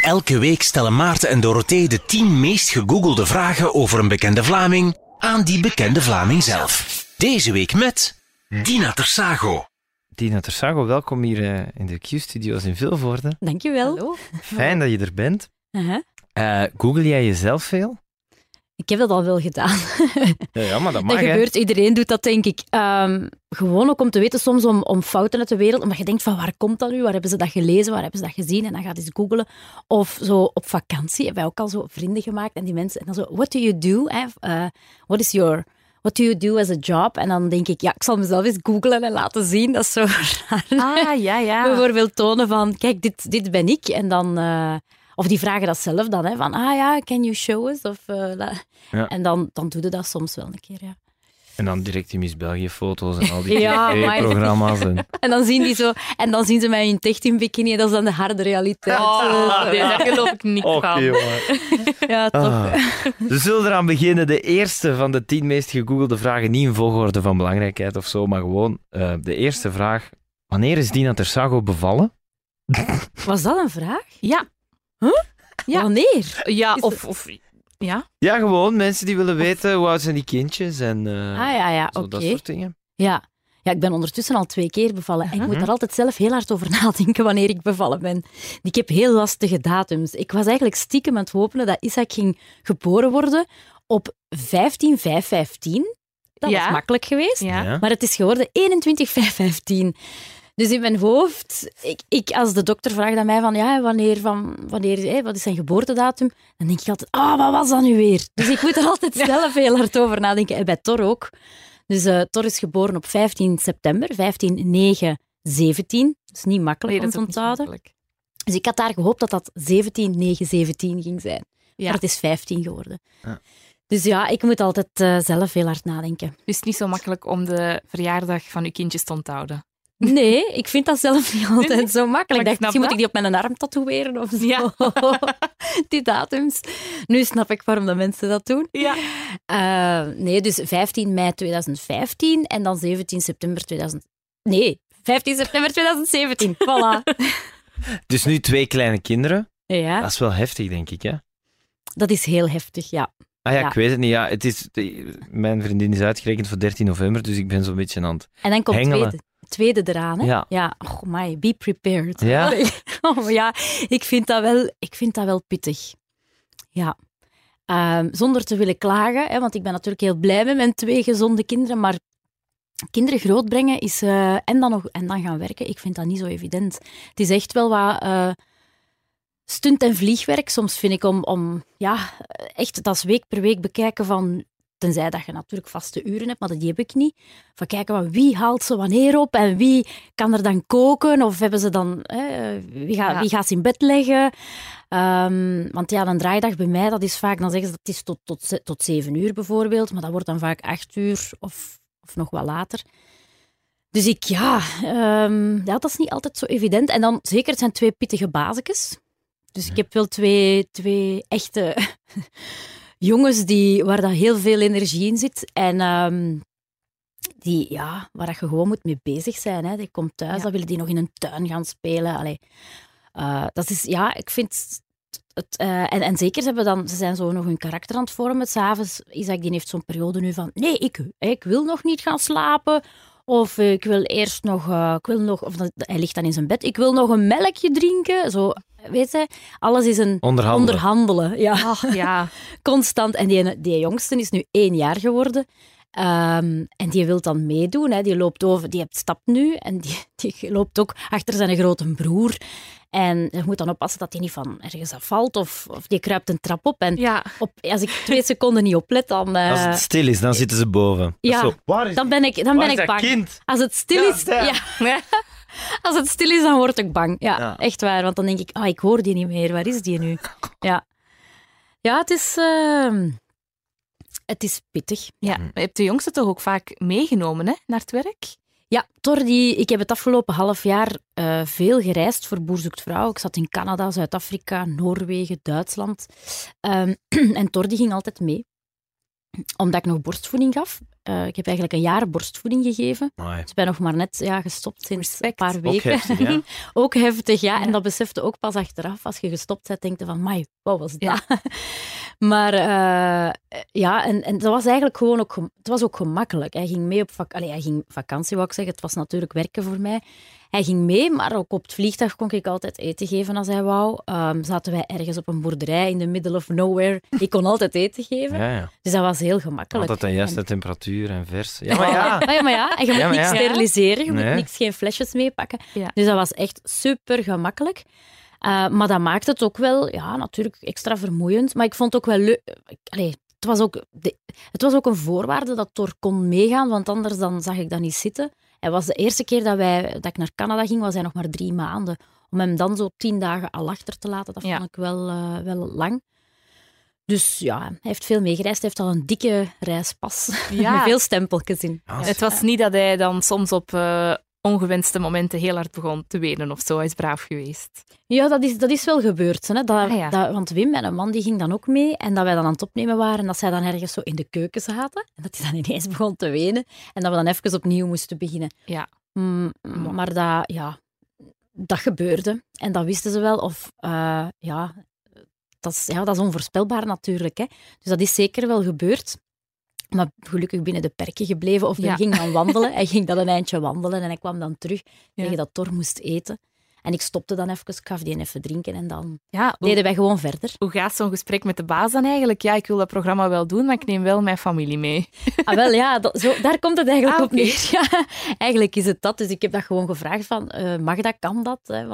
Elke week stellen Maarten en Dorothee de 10 meest gegoogelde vragen over een bekende Vlaming aan die bekende Vlaming zelf. Deze week met Dina Tersago. Dina Tersago, welkom hier in de Q-studio's in Vilvoorde. Dankjewel. Hallo. Fijn dat je er bent. Uh-huh. Google jij jezelf veel? Ik heb dat al wel gedaan. Ja, maar dat mag, Dat gebeurt, iedereen doet dat, denk ik. Gewoon ook om te weten soms om fouten uit de wereld, omdat je denkt van waar komt dat nu, waar hebben ze dat gelezen, waar hebben ze dat gezien, en dan gaat eens googlen. Of zo op vakantie hebben wij ook al zo vrienden gemaakt en die mensen, en dan zo, what do you do? What do you do as a job? En dan denk ik, ja, ik zal mezelf eens googlen en laten zien. Dat is zo raar. Ja. Bijvoorbeeld tonen van, kijk, dit ben ik. En dan... Of die vragen dat zelf dan, hè, van, can you show us? Of, Ja. En dan doe je dat soms wel een keer, ja. En dan direct die Miss België-foto's en al die Ja, maar- tv-programma's. En dan zien ze mij in techteam bikini en dat is dan de harde realiteit. Nee, daar geloof ik niet van. Ja, toch. We zullen eraan beginnen. De eerste van de 10 meest gegoogelde vragen, niet in volgorde van belangrijkheid of zo, maar gewoon de eerste vraag. Wanneer is Dina Tersago bevallen? Was dat een vraag? Ja. Ja. Wanneer? Ja, Is ja. Ja, gewoon mensen die willen weten hoe oud zijn die kindjes en zo, oké. dat soort dingen. Ja, ik ben ondertussen al 2 keer bevallen. En ik moet er altijd zelf heel hard over nadenken wanneer ik bevallen ben. Ik heb heel lastige datums. Ik was eigenlijk stiekem aan het hopen dat Isaac ging geboren worden op 15/5/15. Dat was makkelijk geweest. Ja. Ja. Maar het is geworden 21/5/15. Dus in mijn hoofd, als de dokter vraagt aan mij van, wanneer, wat is zijn geboortedatum? Dan denk ik altijd, wat was dat nu weer? Dus ik moet er altijd zelf heel hard over nadenken. En bij Thor ook. Dus Thor is geboren op 15 september, 15/9/17. Dat is niet makkelijk om te onthouden. Dus ik had daar gehoopt dat dat 17/9/17 ging zijn. Ja. Maar het is 15 geworden. Ja. Dus ja, ik moet altijd zelf heel hard nadenken. Dus niet zo makkelijk om de verjaardag van uw kindjes te onthouden. Nee, ik vind dat zelf niet altijd zo makkelijk. Maar Ik dacht, ik snap misschien moet dat. ik die op mijn arm tatoeëren of zo. Ja. Die datums. Nu snap ik waarom de mensen dat doen. Ja. Nee, dus 15 mei 2015 en dan 17 september 15 september 2017. Voilà. Dus nu 2 kleine kinderen. Ja, Dat is wel heftig, denk ik, hè? dat is heel heftig, ja. Ah ja, Ja. ik weet het niet. Ja, mijn vriendin is uitgerekend voor 13 november, dus ik ben zo'n beetje aan het... En dan komt Hengelen. tweede eraan, hè? Ja. Oh my, be prepared. Ja? Oh, ja, ik vind dat wel pittig. Ja. Zonder te willen klagen, hè, want ik ben natuurlijk heel blij met mijn 2 gezonde kinderen, maar kinderen grootbrengen is, en dan gaan werken, ik vind dat niet zo evident. Het is echt wel wat stunt- en vliegwerk. Soms vind ik echt, dat is week per week bekijken van... Tenzij dat je natuurlijk vaste uren hebt, maar die heb ik niet. Van kijken van wie haalt ze wanneer op en wie kan er dan koken of hebben ze dan, wie gaat ze in bed leggen. Want ja, een draaidag bij mij, dat is vaak, dan zeggen ze dat is tot 7 uur bijvoorbeeld, maar dat wordt dan vaak 8 uur of nog wat later. Dus dat is niet altijd zo evident. En dan zeker, het zijn 2 pittige bazekes. Dus ik heb wel twee echte... jongens waar dat heel veel energie in zit en waar dat je gewoon moet mee bezig zijn. Hè. Die komt thuis, dan willen die nog in een tuin gaan spelen. Allee. Dat is, ik vind het... En zeker, ze zijn zo nog hun karakter aan het vormen. 's Avonds, Isaac die heeft zo'n periode nu van, nee, ik wil nog niet gaan slapen. Of ik wil eerst nog... hij ligt dan in zijn bed. Ik wil nog een melkje drinken. Zo, weet je, alles is een onderhandelen. Ja. Ach, ja. Constant. En die jongste is nu 1 jaar geworden. En die wil dan meedoen. Hè. Die loopt over, die heeft stap nu. En die loopt ook achter zijn grote broer. En je moet dan oppassen dat hij niet van ergens afvalt. Of die kruipt een trap op. En als ik 2 seconden niet oplet, dan... Als het stil is, dan zitten ze boven. Ja, Zo, waar is dan ben ik bang. kind? Als het stil is... Ja. Als het stil is, dan word ik bang. Ja, echt waar. Want dan denk ik, ik hoor die niet meer. Waar is die nu? Ja, het is pittig. Ja. Je hebt de jongste toch ook vaak meegenomen, hè, naar het werk? Ja, ik heb het afgelopen half jaar veel gereisd voor Boer Zoekt Vrouw. Ik zat in Canada, Zuid-Afrika, Noorwegen, Duitsland. En Tor die ging altijd mee. Omdat ik nog borstvoeding gaf. Ik heb eigenlijk een jaar borstvoeding gegeven. Amai. Dus ik ben nog maar net gestopt sinds Respect. een paar Ook weken. heftig, hè? Ook heftig, ja. Ja. En dat besefte ook pas achteraf. Als je gestopt bent, denk je van, mai, wat was dat? Ja. Maar en dat was eigenlijk gewoon ook... Het was ook gemakkelijk. Hij ging mee op hij ging vakantie, wou ik zeggen. Het was natuurlijk werken voor mij. Hij ging mee, maar ook op het vliegtuig kon ik altijd eten geven als hij wou. Zaten wij ergens op een boerderij in the middle of nowhere. Ik kon altijd eten geven. Ja. Dus dat was heel gemakkelijk. Altijd de juiste temperatuur en vers. Ja, maar ja. Maar ja, en je moet Ja, maar niks ja. steriliseren, je Nee. moet geen flesjes meepakken. Ja. Dus dat was echt super gemakkelijk. Maar dat maakt het ook wel, natuurlijk extra vermoeiend. Maar ik vond het ook wel leuk. Het was ook een voorwaarde dat Thor kon meegaan, want anders dan zag ik dat niet zitten. Hij was de eerste keer dat ik naar Canada ging, was hij nog maar 3 maanden. Om hem dan zo 10 dagen al achter te laten, dat Ja. vond ik wel lang. Dus ja, hij heeft veel meegereisd. Hij heeft al een dikke reispas Ja. met veel stempeltjes in. Ja, Het was niet dat hij dan soms op ongewenste momenten heel hard begon te wenen of zo. Hij is braaf geweest. Ja, dat is wel gebeurd. Hè. Ja. Want Wim, mijn man, die ging dan ook mee. En dat wij dan aan het opnemen waren en dat zij dan ergens zo in de keuken zaten. En dat hij dan ineens begon te wenen. En dat we dan even opnieuw moesten beginnen. Ja. Maar dat gebeurde. En dat wisten ze wel. Of dat is onvoorspelbaar natuurlijk. Hè. Dus dat is zeker wel gebeurd. Maar gelukkig binnen de perken gebleven. Of Ja. hij ging dan wandelen. Hij ging dan een eindje wandelen en hij kwam dan terug Ja. tegen dat Thor moest eten. En ik stopte dan even, ik gaf die even drinken en dan Ja, deden wij gewoon verder. hoe gaat zo'n gesprek met de baas dan eigenlijk? Ja, ik wil dat programma wel doen, maar ik neem wel mijn familie mee. Ah, wel ja, daar komt het eigenlijk op oké. neer. Ja, eigenlijk is het dat. Dus ik heb dat gewoon gevraagd van, mag dat, kan dat? Hè?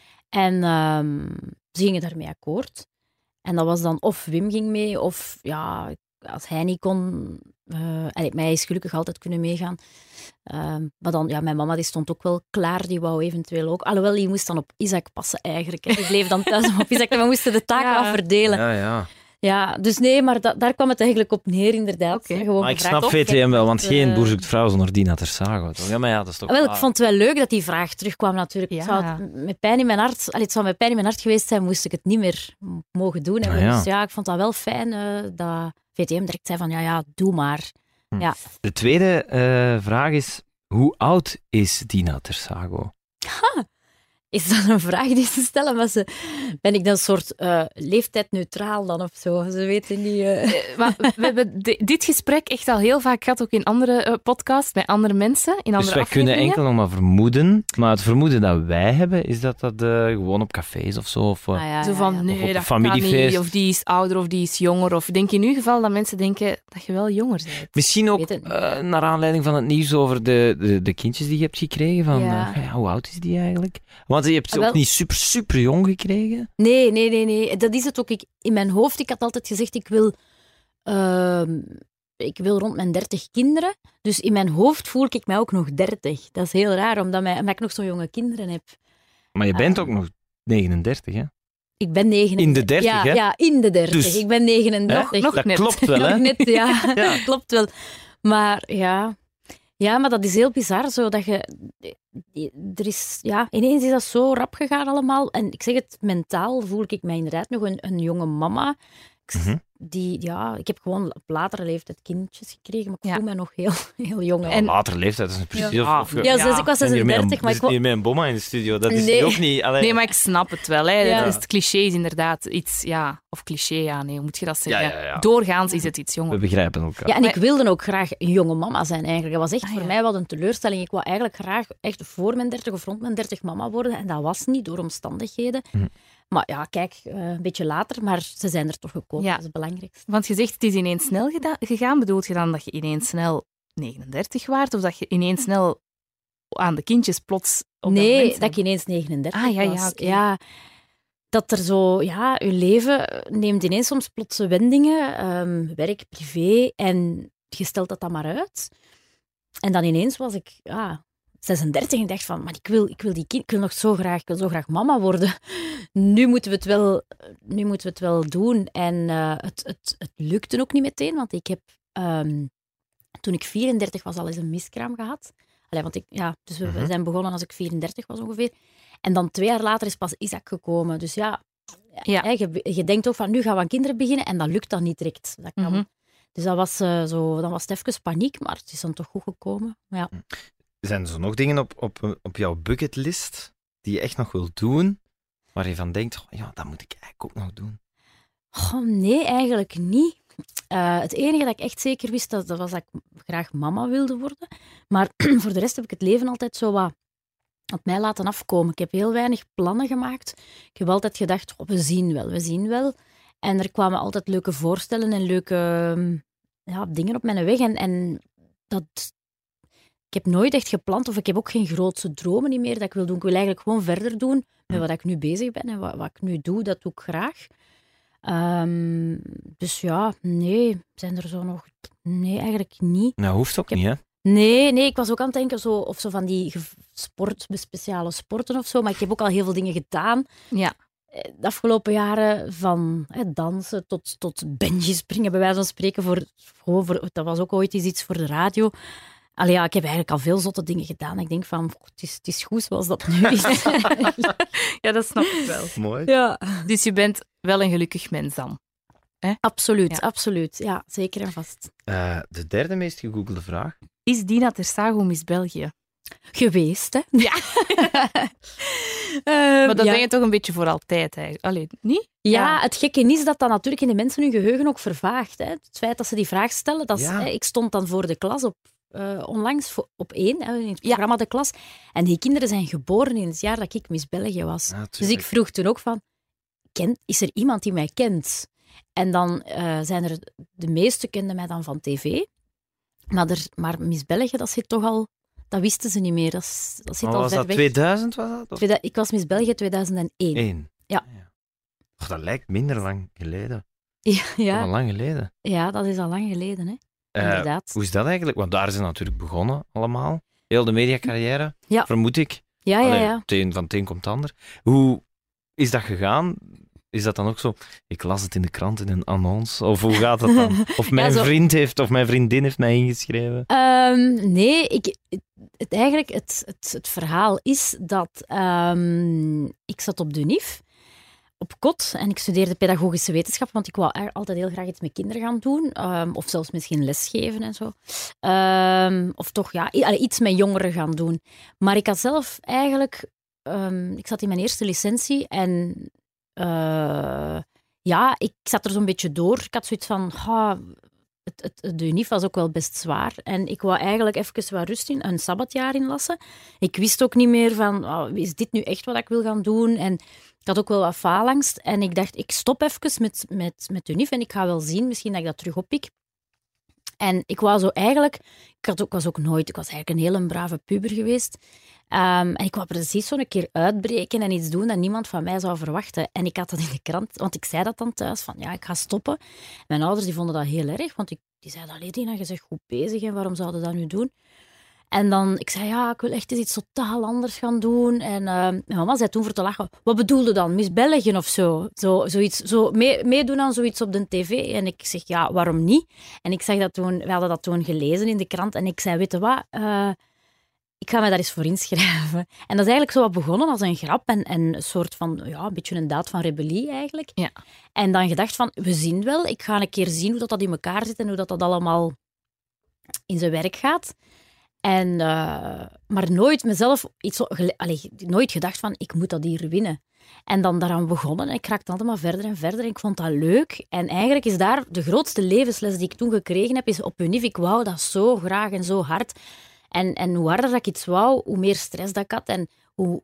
Ze gingen daarmee akkoord. En dat was dan of Wim ging mee, of ja, als hij niet kon... mij is gelukkig altijd kunnen meegaan. Maar dan, ja, mijn mama die stond ook wel klaar, die wou eventueel ook. Alhoewel, die moest dan op Isaac passen eigenlijk. Hè. Die bleef dan thuis op Isaac en we moesten de taak Ja. afverdelen. Ja. Ja, dus nee, maar daar kwam het eigenlijk op neer, inderdaad. Oké. Gewoon Maar ik gevraagd snap of- VTM wel, want geen eh, boer zoekt vrouw zonder Dina Tersago. Toch? Ja, maar ja, dat is toch... Wel, ik vond het wel leuk dat die vraag terugkwam natuurlijk. Ja. Het zou met pijn in mijn hart, het zou met pijn in mijn hart geweest zijn, moest ik het niet meer mogen doen. Ah, ja. Dus ja, ik vond dat wel fijn dat VTM direct zei van ja, doe maar. Ja. De tweede vraag is, hoe oud is Dina Tersago? Is dat een vraag die ze stellen? Ben ik dan een soort leeftijdneutraal dan of zo? Ze weten niet... Maar we hebben dit gesprek echt al heel vaak gehad, ook in andere podcasts, met andere mensen, in andere Dus wij kunnen afleveringen. enkel nog maar vermoeden, maar het vermoeden dat wij hebben, is dat gewoon op cafés of zo, of... Ah, ja, Zo ja, van, ja. Of nee, op een dat kan familiefeest. niet, of die is ouder, of die is jonger. Of denk in uw geval dat mensen denken dat je wel jonger bent. Misschien ook weet het niet. naar aanleiding van het nieuws over de kindjes die je hebt gekregen. Van, Ja. hoe oud is die eigenlijk? Want je hebt ze Ah, wel. ook niet super jong gekregen. Nee. Dat is het ook. In mijn hoofd, ik had altijd gezegd, ik wil rond mijn 30 kinderen. Dus in mijn hoofd voel ik mij ook nog 30. Dat is heel raar, omdat ik nog zo'n jonge kinderen heb. Maar je bent ook nog 39, hè? Ik ben 39. In de 30, ja, hè? Ja, in de 30. Dus- Ik ben 39. Nog dat net. klopt wel, hè? Nog net, ja. Ja. Klopt wel. Maar ja... Ja, maar dat is heel bizar, zo dat je... Er is, ja, ineens is dat zo rap gegaan allemaal. En ik zeg het, mentaal voel ik mij inderdaad nog een jonge mama. Mhm. Ik heb gewoon op latere leeftijd kindjes gekregen, maar ik Ja. voel me nog heel jong. En En- later leeftijd, dat is precies... Ja. Of, ja, Ja. dus ik was zijn hier met 36, maar ik hier met een bomma in de studio. Dat is Nee. ook niet... Allee, Nee, maar ik snap het wel. Hè. Ja. Dat is het cliché is inderdaad iets... Ja, of cliché, ja, nee, hoe moet je dat zeggen? Ja. Doorgaans is het iets we jonger. begrijpen elkaar. Ja, en Maar- ik wilde ook graag een jonge mama zijn eigenlijk. Dat was echt Ah, voor ja. mij wel een teleurstelling. Ik wou eigenlijk graag echt voor mijn 30 of rond mijn 30 mama worden. En dat was niet, door omstandigheden. Mhm. Maar ja, kijk, een beetje later, maar ze zijn er toch gekomen. Ja. Dat is het belangrijkste. Want je zegt het is ineens snel gegaan. Bedoelt je dan dat je ineens snel 39 waart? Of dat je ineens snel aan de kindjes plots op dat Nee, moment dat ik ineens 39 Ah, ja, ja, was. oké. Ja, dat er zo, ja, je leven neemt ineens soms plotse wendingen, werk, privé, en je stelt dat dan maar uit. En dan ineens was ik 36 en ik dacht van, maar ik wil nog zo graag, ik wil zo graag mama worden. Nu moeten we het wel doen. En het lukte ook niet meteen, want ik heb toen ik 34 was al eens een miskraam gehad. Allee, want dus we zijn begonnen als ik 34 was ongeveer. En dan 2 jaar later is pas Isaac gekomen. Dus ja. Ja. Hè, je denkt ook van, nu gaan we aan kinderen beginnen en dat lukt dan niet direct. Dat kan, Mhm. Dus dan was het even paniek, maar het is dan toch goed gekomen. Ja. Zijn er zo nog dingen op jouw bucketlist die je echt nog wilt doen, waar je van denkt, ja, dat moet ik eigenlijk ook nog doen? Oh, nee, eigenlijk niet. Het enige dat ik echt zeker wist, dat was dat ik graag mama wilde worden. Maar voor de rest heb ik het leven altijd zo wat op mij laten afkomen. Ik heb heel weinig plannen gemaakt. Ik heb altijd gedacht, we zien wel. En er kwamen altijd leuke voorstellen en leuke dingen op mijn weg. En ik heb nooit echt gepland, of ik heb ook geen grootse dromen niet meer dat ik wil doen. Ik wil eigenlijk gewoon verder doen met wat ik nu bezig ben. En wat ik nu doe, dat doe ik graag. Dus ja, nee. Zijn er zo nog... Nee, eigenlijk niet. Nou, hoeft ook niet, hè? Nee, ik was ook aan het denken of zo van die speciale sporten of zo. Maar ik heb ook al heel veel dingen gedaan. Ja. De afgelopen jaren, van dansen tot bungee springen, bij wijze van spreken. Dat was ook ooit iets voor de radio. Allee, ja, ik heb eigenlijk al veel zotte dingen gedaan. Ik denk van, het is goed zoals dat nu is. Ja, dat snap ik wel. Mooi. Ja. Dus je bent wel een gelukkig mens dan? Absoluut. Ja, zeker en vast. De derde meest gegoogelde vraag. Is Dina Tersago Miss België? Geweest, hè? Ja. Maar dat ben je toch een beetje voor altijd, eigenlijk. Allee, niet? Ja, het gekke is dat dat natuurlijk in de mensen hun geheugen ook vervaagt. Hè. Het feit dat ze die vraag stellen, ik stond dan voor de klas onlangs op 1, in het programma De Klas. En die kinderen zijn geboren in het jaar dat ik Miss België was. Ja, dus ik vroeg toen ook van, is er iemand die mij kent? En dan zijn er, de meeste kenden mij dan van tv. Maar Miss België, dat zit toch al... Dat wisten ze niet meer. Dat zit al was ver dat weg. 2000? Was dat? Ik was Miss België 2001. 1. Ja. Dat lijkt minder lang geleden. Ja. Al lang geleden. Ja, dat is al lang geleden, hè. Inderdaad. Hoe is dat eigenlijk? Want daar zijn natuurlijk begonnen, allemaal. Heel de mediacarrière, vermoed ik. Ja. Het een van het een komt het ander. Hoe is dat gegaan? Is dat dan ook zo? Ik las het in de krant in een annonce. Of hoe gaat dat dan? Of mijn vriend heeft, of mijn vriendin heeft mij ingeschreven? Nee, het verhaal is dat ik zat op de UNIF, op kot, en ik studeerde pedagogische wetenschappen, want ik wou altijd heel graag iets met kinderen gaan doen. Of zelfs misschien lesgeven en zo. Of toch, iets met jongeren gaan doen. Maar ik had zelf eigenlijk... ik zat in mijn eerste licentie en... ik zat er zo'n beetje door. Ik had zoiets van... de UNIF was ook wel best zwaar. En ik wou eigenlijk even wat rust in, een sabbatjaar inlassen. Ik wist ook niet meer van... is dit nu echt wat ik wil gaan doen? En ik had ook wel wat faalangst. En ik dacht, ik stop even met de UNIF en ik ga wel zien, misschien dat ik dat terug oppik. En ik wou zo eigenlijk... Ik was eigenlijk een hele brave puber geweest. En ik wou precies zo een keer uitbreken en iets doen dat niemand van mij zou verwachten. En ik had dat in de krant, want ik zei dat dan thuis, van ik ga stoppen. Mijn ouders die vonden dat heel erg, want die zeiden, allee Dina, je bent goed bezig en waarom zouden dat nu doen? En dan, ik zei, ik wil echt eens iets totaal anders gaan doen. En mijn mama zei toen voor te lachen, wat bedoelde dan? Miss België of zo? Zoiets, meedoen aan zoiets op de tv. En ik zeg, ja, waarom niet? En ik zag dat toen, we hadden dat toen gelezen in de krant. En ik zei, weet je wat, ik ga mij daar eens voor inschrijven. En dat is eigenlijk zo wat begonnen als een grap. En een soort van, een beetje een daad van rebellie eigenlijk. Ja. En dan gedacht van, we zien wel. Ik ga een keer zien hoe dat in elkaar zit en hoe dat allemaal in zijn werk gaat. En, maar nooit mezelf nooit gedacht van, ik moet dat hier winnen. En dan daaraan begonnen en ik raakte altijd maar verder en verder. En ik vond dat leuk. En eigenlijk is daar de grootste levensles die ik toen gekregen heb, is op UNIF. Ik wou dat zo graag en zo hard. En hoe harder dat ik iets wou, hoe meer stress dat ik had. En hoe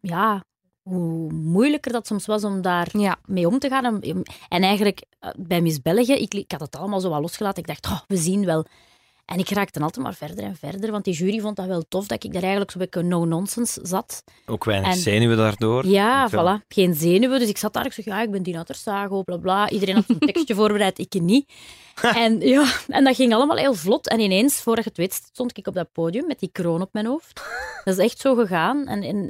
moeilijker dat soms was om daar mee om te gaan. En eigenlijk, bij Miss België, ik had het allemaal zo wat losgelaten. Ik dacht, we zien wel. En ik raakte altijd maar verder en verder, want die jury vond dat wel tof, dat ik daar eigenlijk zo'n beetje no-nonsense zat. Ook weinig zenuwen daardoor. Ja, voilà. Geen zenuwen. Dus ik zat daar, ik zeg, ik ben Dina Tersago, bla bla. Iedereen had een tekstje voorbereid, ik niet. En dat ging allemaal heel vlot. En ineens, voordat je het weet, stond ik op dat podium met die kroon op mijn hoofd. Dat is echt zo gegaan.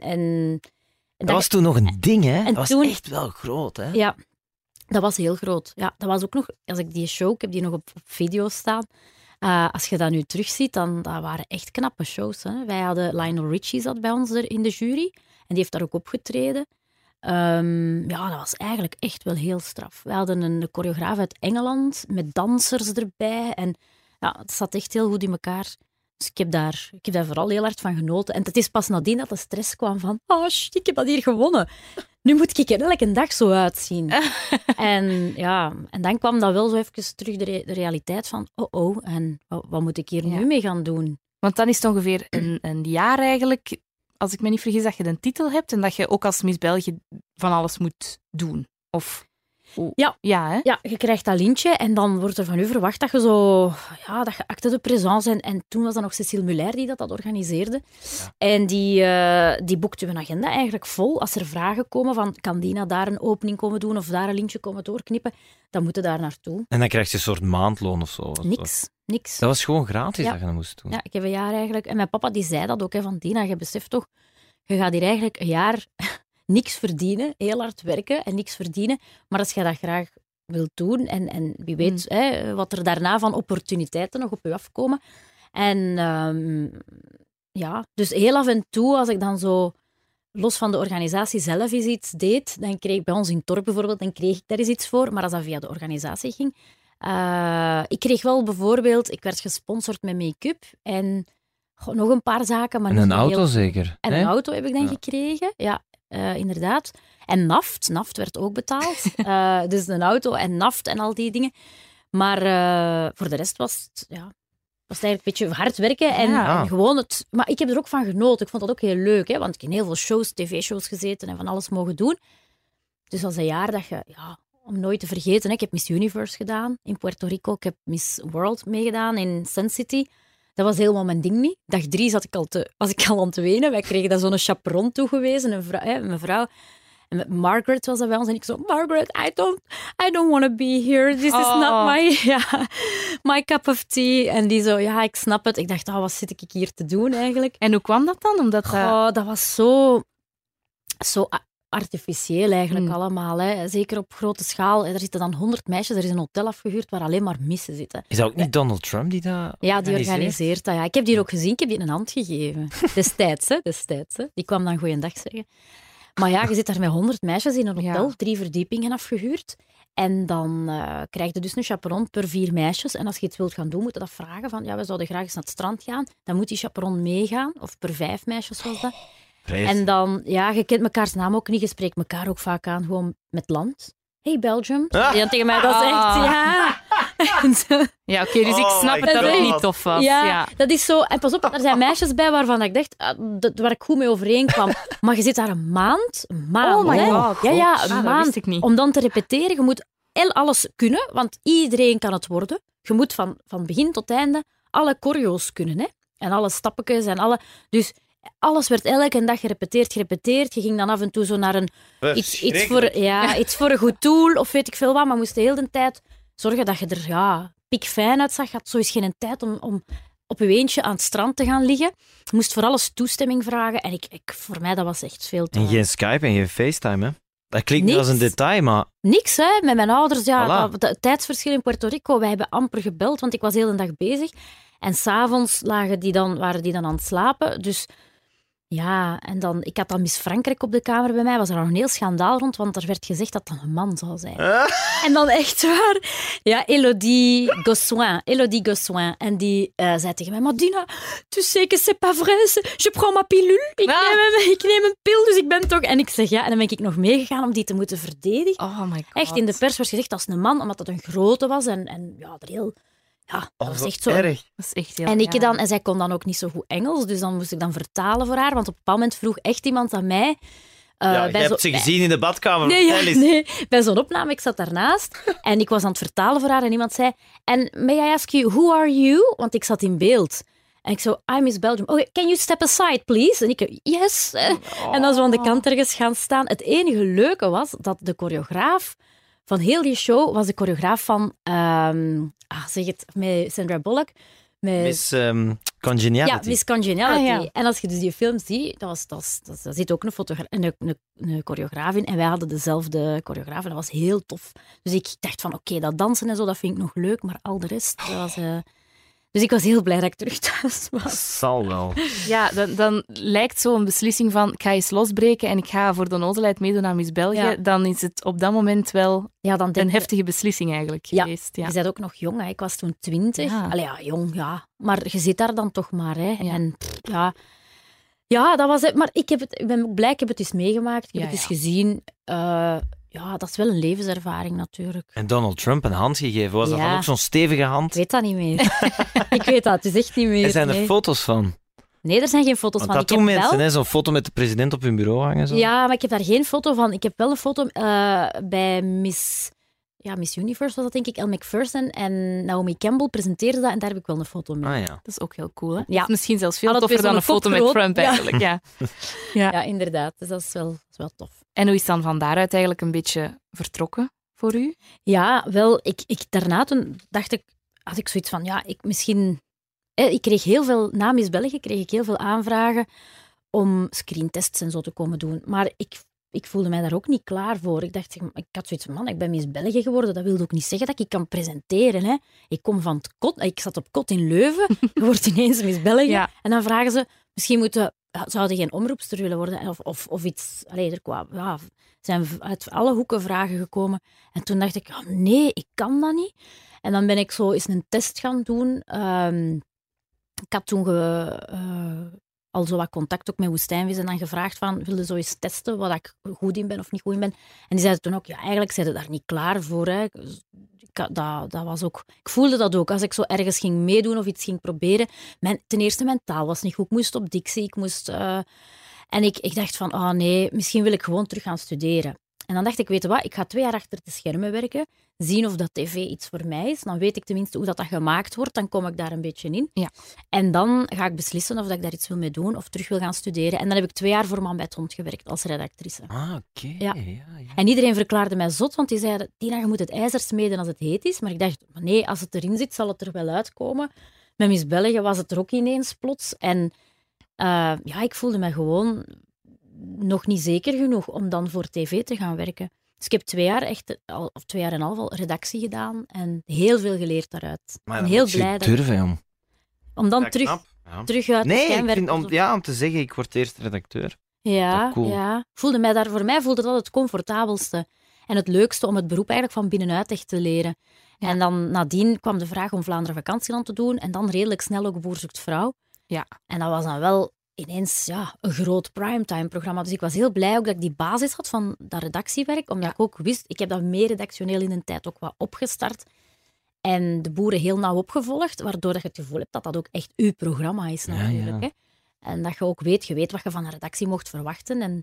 Dat was toen nog een ding, hè? Dat was toen, echt wel groot, hè? Ja, dat was heel groot. Ja, dat was ook nog, als ik die show, ik heb die nog op video staan. Als je dat nu terugziet, dan dat waren echt knappe shows. Hè. Wij hadden Lionel Richie zat bij ons er in de jury. En die heeft daar ook opgetreden. Ja, dat was eigenlijk echt wel heel straf. We hadden een choreograaf uit Engeland met dansers erbij. En ja, het zat echt heel goed in elkaar. Dus ik heb daar vooral heel hard van genoten. En het is pas nadien dat de stress kwam van shit, ik heb dat hier gewonnen. Nu moet ik er elke dag zo uitzien. En dan kwam dat wel zo even terug de realiteit van en wat moet ik hier nu mee gaan doen? Want dan is het ongeveer een jaar eigenlijk, als ik me niet vergis, dat je een titel hebt en dat je ook als Miss België van alles moet doen. Of... Ja, hè? Ja, je krijgt dat lintje en dan wordt er van u verwacht dat je zo... Ja, dat je acte de présence... En toen was dat nog Cécile Muller die dat organiseerde. Ja. En die boekte een agenda eigenlijk vol. Als er vragen komen van, kan Dina daar een opening komen doen of daar een lintje komen doorknippen, dan moeten daar naartoe. En dan krijg je een soort maandloon of zo? Niks. Dat was gewoon gratis dat je dat moest doen? Ja, ik heb een jaar eigenlijk... En mijn papa die zei dat ook, van Dina, je beseft toch, je gaat hier eigenlijk een jaar... niks verdienen, heel hard werken en niks verdienen. Maar als je dat graag wilt doen en wie weet wat er daarna van opportuniteiten nog op je afkomen. En dus heel af en toe, als ik dan zo los van de organisatie zelf eens iets deed, dan kreeg ik bij ons in Torp bijvoorbeeld, dan kreeg ik daar eens iets voor. Maar als dat via de organisatie ging... ik kreeg wel bijvoorbeeld... Ik werd gesponsord met make-up en nog een paar zaken. Maar en een auto zeker? En een auto heb ik dan gekregen, ja. Inderdaad. En naft werd ook betaald. Dus een auto en naft en al die dingen. Maar voor de rest was het eigenlijk een beetje hard werken. En gewoon het... Maar ik heb er ook van genoten. Ik vond dat ook heel leuk. Hè? Want ik heb in heel veel shows, tv-shows gezeten en van alles mogen doen. Dus dat is een jaar dat je... Ja, om nooit te vergeten. Hè? Ik heb Miss Universe gedaan in Puerto Rico. Ik heb Miss World meegedaan in Sun City. Dat was helemaal mijn ding niet. Dag 3 was ik al aan het wenen. Wij kregen daar zo'n chaperon toegewezen, een mevrouw. En met Margaret was dat bij ons. En ik zo, Margaret, I don't want to be here. This is not my cup of tea. En die zo, ja, ik snap het. Ik dacht, wat zit ik hier te doen eigenlijk? En hoe kwam dat dan? Omdat dat was zo artificieel eigenlijk allemaal. Hè. Zeker op grote schaal. Er zitten dan 100 meisjes. Er is een hotel afgehuurd waar alleen maar missen zitten. Is dat ook niet Donald Trump die dat Ja, die organiseert dat. Ja. Ik heb die ook gezien. Ik heb die een hand gegeven. Destijds. Hè. Die kwam dan goeiedag zeggen. Maar ja, je zit daar met 100 meisjes in een hotel. 3 verdiepingen afgehuurd. En dan krijg je dus een chaperon per 4 meisjes. En als je iets wilt gaan doen, moet je dat vragen. Van, we zouden graag eens naar het strand gaan. Dan moet die chaperon meegaan. Of per 5 meisjes was dat. En dan, je kent mekaars naam ook niet, je spreekt elkaar ook vaak aan, gewoon met land. Hey Belgium. Die dan tegen mij dat zegt, Ja, oké, dus ik snap dat het niet tof was. Ja, dat is zo. En pas op, er zijn meisjes bij waarvan ik dacht, waar ik goed mee overeenkwam. Maar je zit daar een maand. Oh my god. Ja, een maand. Dat wist ik niet. Om dan te repeteren, je moet alles kunnen, want iedereen kan het worden. Je moet van begin tot einde alle choreo's kunnen, hè. En alle stappetjes en alle... Dus... Alles werd elke dag gerepeteerd. Je ging dan af en toe zo naar iets voor een goed doel of weet ik veel wat. Maar moest de hele tijd zorgen dat je er pikfijn uitzag. Je had zo eens geen tijd om op je eentje aan het strand te gaan liggen. Je moest voor alles toestemming vragen. En voor mij, dat was echt veel te... En geen Skype en geen FaceTime, hè? Dat klinkt niet als een detail, maar... Niks, hè. Met mijn ouders, het tijdsverschil in Puerto Rico. Wij hebben amper gebeld, want ik was de hele dag bezig. En s'avonds waren die dan aan het slapen. Dus... Ja, en dan... Ik had dan Miss Frankrijk op de kamer bij mij. Was er nog een heel schandaal rond, want er werd gezegd dat dat een man zou zijn. En dan echt waar... Ja, Elodie Gossuin. En die zei tegen mij, maar Dina, tu sais que c'est pas vrai, je prends ma pilule. Ik neem een pil, dus ik ben toch... En ik zeg ja, en dan ben ik nog meegegaan om die te moeten verdedigen. Oh my god. Echt, in de pers werd gezegd dat is een man, omdat het een grote was. En ja, er heel... Ja, dat was echt zo erg. Dat is echt heel en zij kon dan ook niet zo goed Engels, dus dan moest ik dan vertalen voor haar. Want op een bepaald moment vroeg echt iemand aan mij... je hebt ze gezien in de badkamer. Nee, bij zo'n opname, ik zat daarnaast en ik was aan het vertalen voor haar en iemand zei... And may I ask you, who are you? Want ik zat in beeld. En ik zo, I'm Miss Belgium. Oh, can you step aside, please? En ik, yes. En dan zo aan de kant ergens gaan staan. Het enige leuke was dat de choreograaf... Van heel die show was de choreograaf van... met Sandra Bullock. Miss Congeniality. Ja, Miss Congeniality. En als je dus die film ziet, daar zit ook een choreograaf in. En wij hadden dezelfde choreograaf. En dat was heel tof. Dus ik dacht van, oké, dat dansen en zo, dat vind ik nog leuk. Maar al de rest, Dus ik was heel blij dat ik terug thuis was. Zal wel. Ja, dan lijkt zo'n beslissing van ik ga eens losbreken en ik ga voor de onnozelheid meedoen aan Miss België. Ja. Dan is het op dat moment wel Dan een heftige beslissing eigenlijk geweest. Ja. Je bent ook nog jong, hè. Ik was toen 20. Ja. Allee, ja, jong, ja. Maar je zit daar dan toch maar, hè. Ja. En ja, dat was het. Maar ik ben ook blij, ik heb het eens meegemaakt. Ik heb het eens gezien. Dat is wel een levenservaring natuurlijk. En Donald Trump een hand gegeven. Was dat Ja. dan ook zo'n stevige hand? Ik weet dat niet meer. Ik weet dat, het is echt niet meer. Er zijn er nee. foto's van. Nee, er zijn geen foto's Want van. dat Ik doen heb mensen, wel... hè, zo'n foto met de president op hun bureau hangen. Zo. Ja, maar ik heb daar geen foto van. Ik heb wel een foto bij Miss Universe, was dat denk ik. Elle Macpherson en Naomi Campbell presenteerden dat en daar heb ik wel een foto mee. Ah ja. Dat is ook heel cool, hè? Ja. Misschien zelfs veel Alle toffer twee dan een zo'n foto met kopgroot. Trump, Ja. eigenlijk. Ja. Ja, inderdaad. Dus dat is wel tof. En hoe is dan van daaruit eigenlijk een beetje vertrokken voor u? Ja, wel, daarna toen had ik zoiets van, ik kreeg heel veel, na Miss België kreeg ik heel veel aanvragen om screentests en zo te komen doen. Maar ik voelde mij daar ook niet klaar voor. Ik had zoiets van, ik ben Miss België geworden, dat wilde ook niet zeggen dat ik kan presenteren. Hè. Ik kom van het kot, ik zat op kot in Leuven, je wordt ineens Miss België. Ja. En dan vragen ze, misschien zouden geen omroepster willen worden of iets. Allee, er zijn uit alle hoeken vragen gekomen. En toen dacht ik, nee, ik kan dat niet. En dan ben ik zo eens een test gaan doen. Ik had toen al zo wat contact ook met Woestijnvis en dan gevraagd van, wilde zo eens testen wat ik goed in ben of niet goed in ben. En die zeiden toen ook, eigenlijk zijn ze daar niet klaar voor. Hè. Dat was ook, ik voelde dat ook. Als ik zo ergens ging meedoen of iets ging proberen, ten eerste mijn taal was niet goed. Ik moest op dictie, en ik dacht van, nee, misschien wil ik gewoon terug gaan studeren. En dan dacht ik, weet je wat, ik ga 2 jaar achter de schermen werken, zien of dat tv iets voor mij is. Dan weet ik tenminste hoe dat gemaakt wordt, dan kom ik daar een beetje in. Ja. En dan ga ik beslissen of dat ik daar iets wil mee doen of terug wil gaan studeren. En dan heb ik 2 jaar voor Man bij het Hond gewerkt als redactrice. Ah, oké. Ja. Ja. En iedereen verklaarde mij zot, want die zeiden, Dina, je moet het ijzer smeden als het heet is. Maar ik dacht, nee, als het erin zit, zal het er wel uitkomen. Met Miss België was het er ook ineens plots. En ik voelde me gewoon nog niet zeker genoeg om dan voor tv te gaan werken. Dus ik heb 2 jaar of 2 jaar en een half al redactie gedaan en heel veel geleerd daaruit. Maar En dan heel moet je blij durven, jong. om dan Ja, terug knap. Ja. uit het Nee, schijnwerk... om te zeggen, ik word eerst redacteur. Ja, cool. ja. Voor mij voelde dat het comfortabelste en het leukste om het beroep eigenlijk van binnenuit echt te leren. Ja. En dan nadien kwam de vraag om Vlaanderen Vakantieland te doen en dan redelijk snel ook Boer zoekt vrouw. Ja. En dat was dan wel ineens een groot primetime-programma. Dus ik was heel blij ook dat ik die basis had van dat redactiewerk, omdat ik ook wist, ik heb dat meer redactioneel in de tijd ook wat opgestart en de boeren heel nauw opgevolgd, waardoor dat je het gevoel hebt dat dat ook echt uw programma is natuurlijk. Ja. Hè? En dat je ook weet wat je van een redactie mocht verwachten. En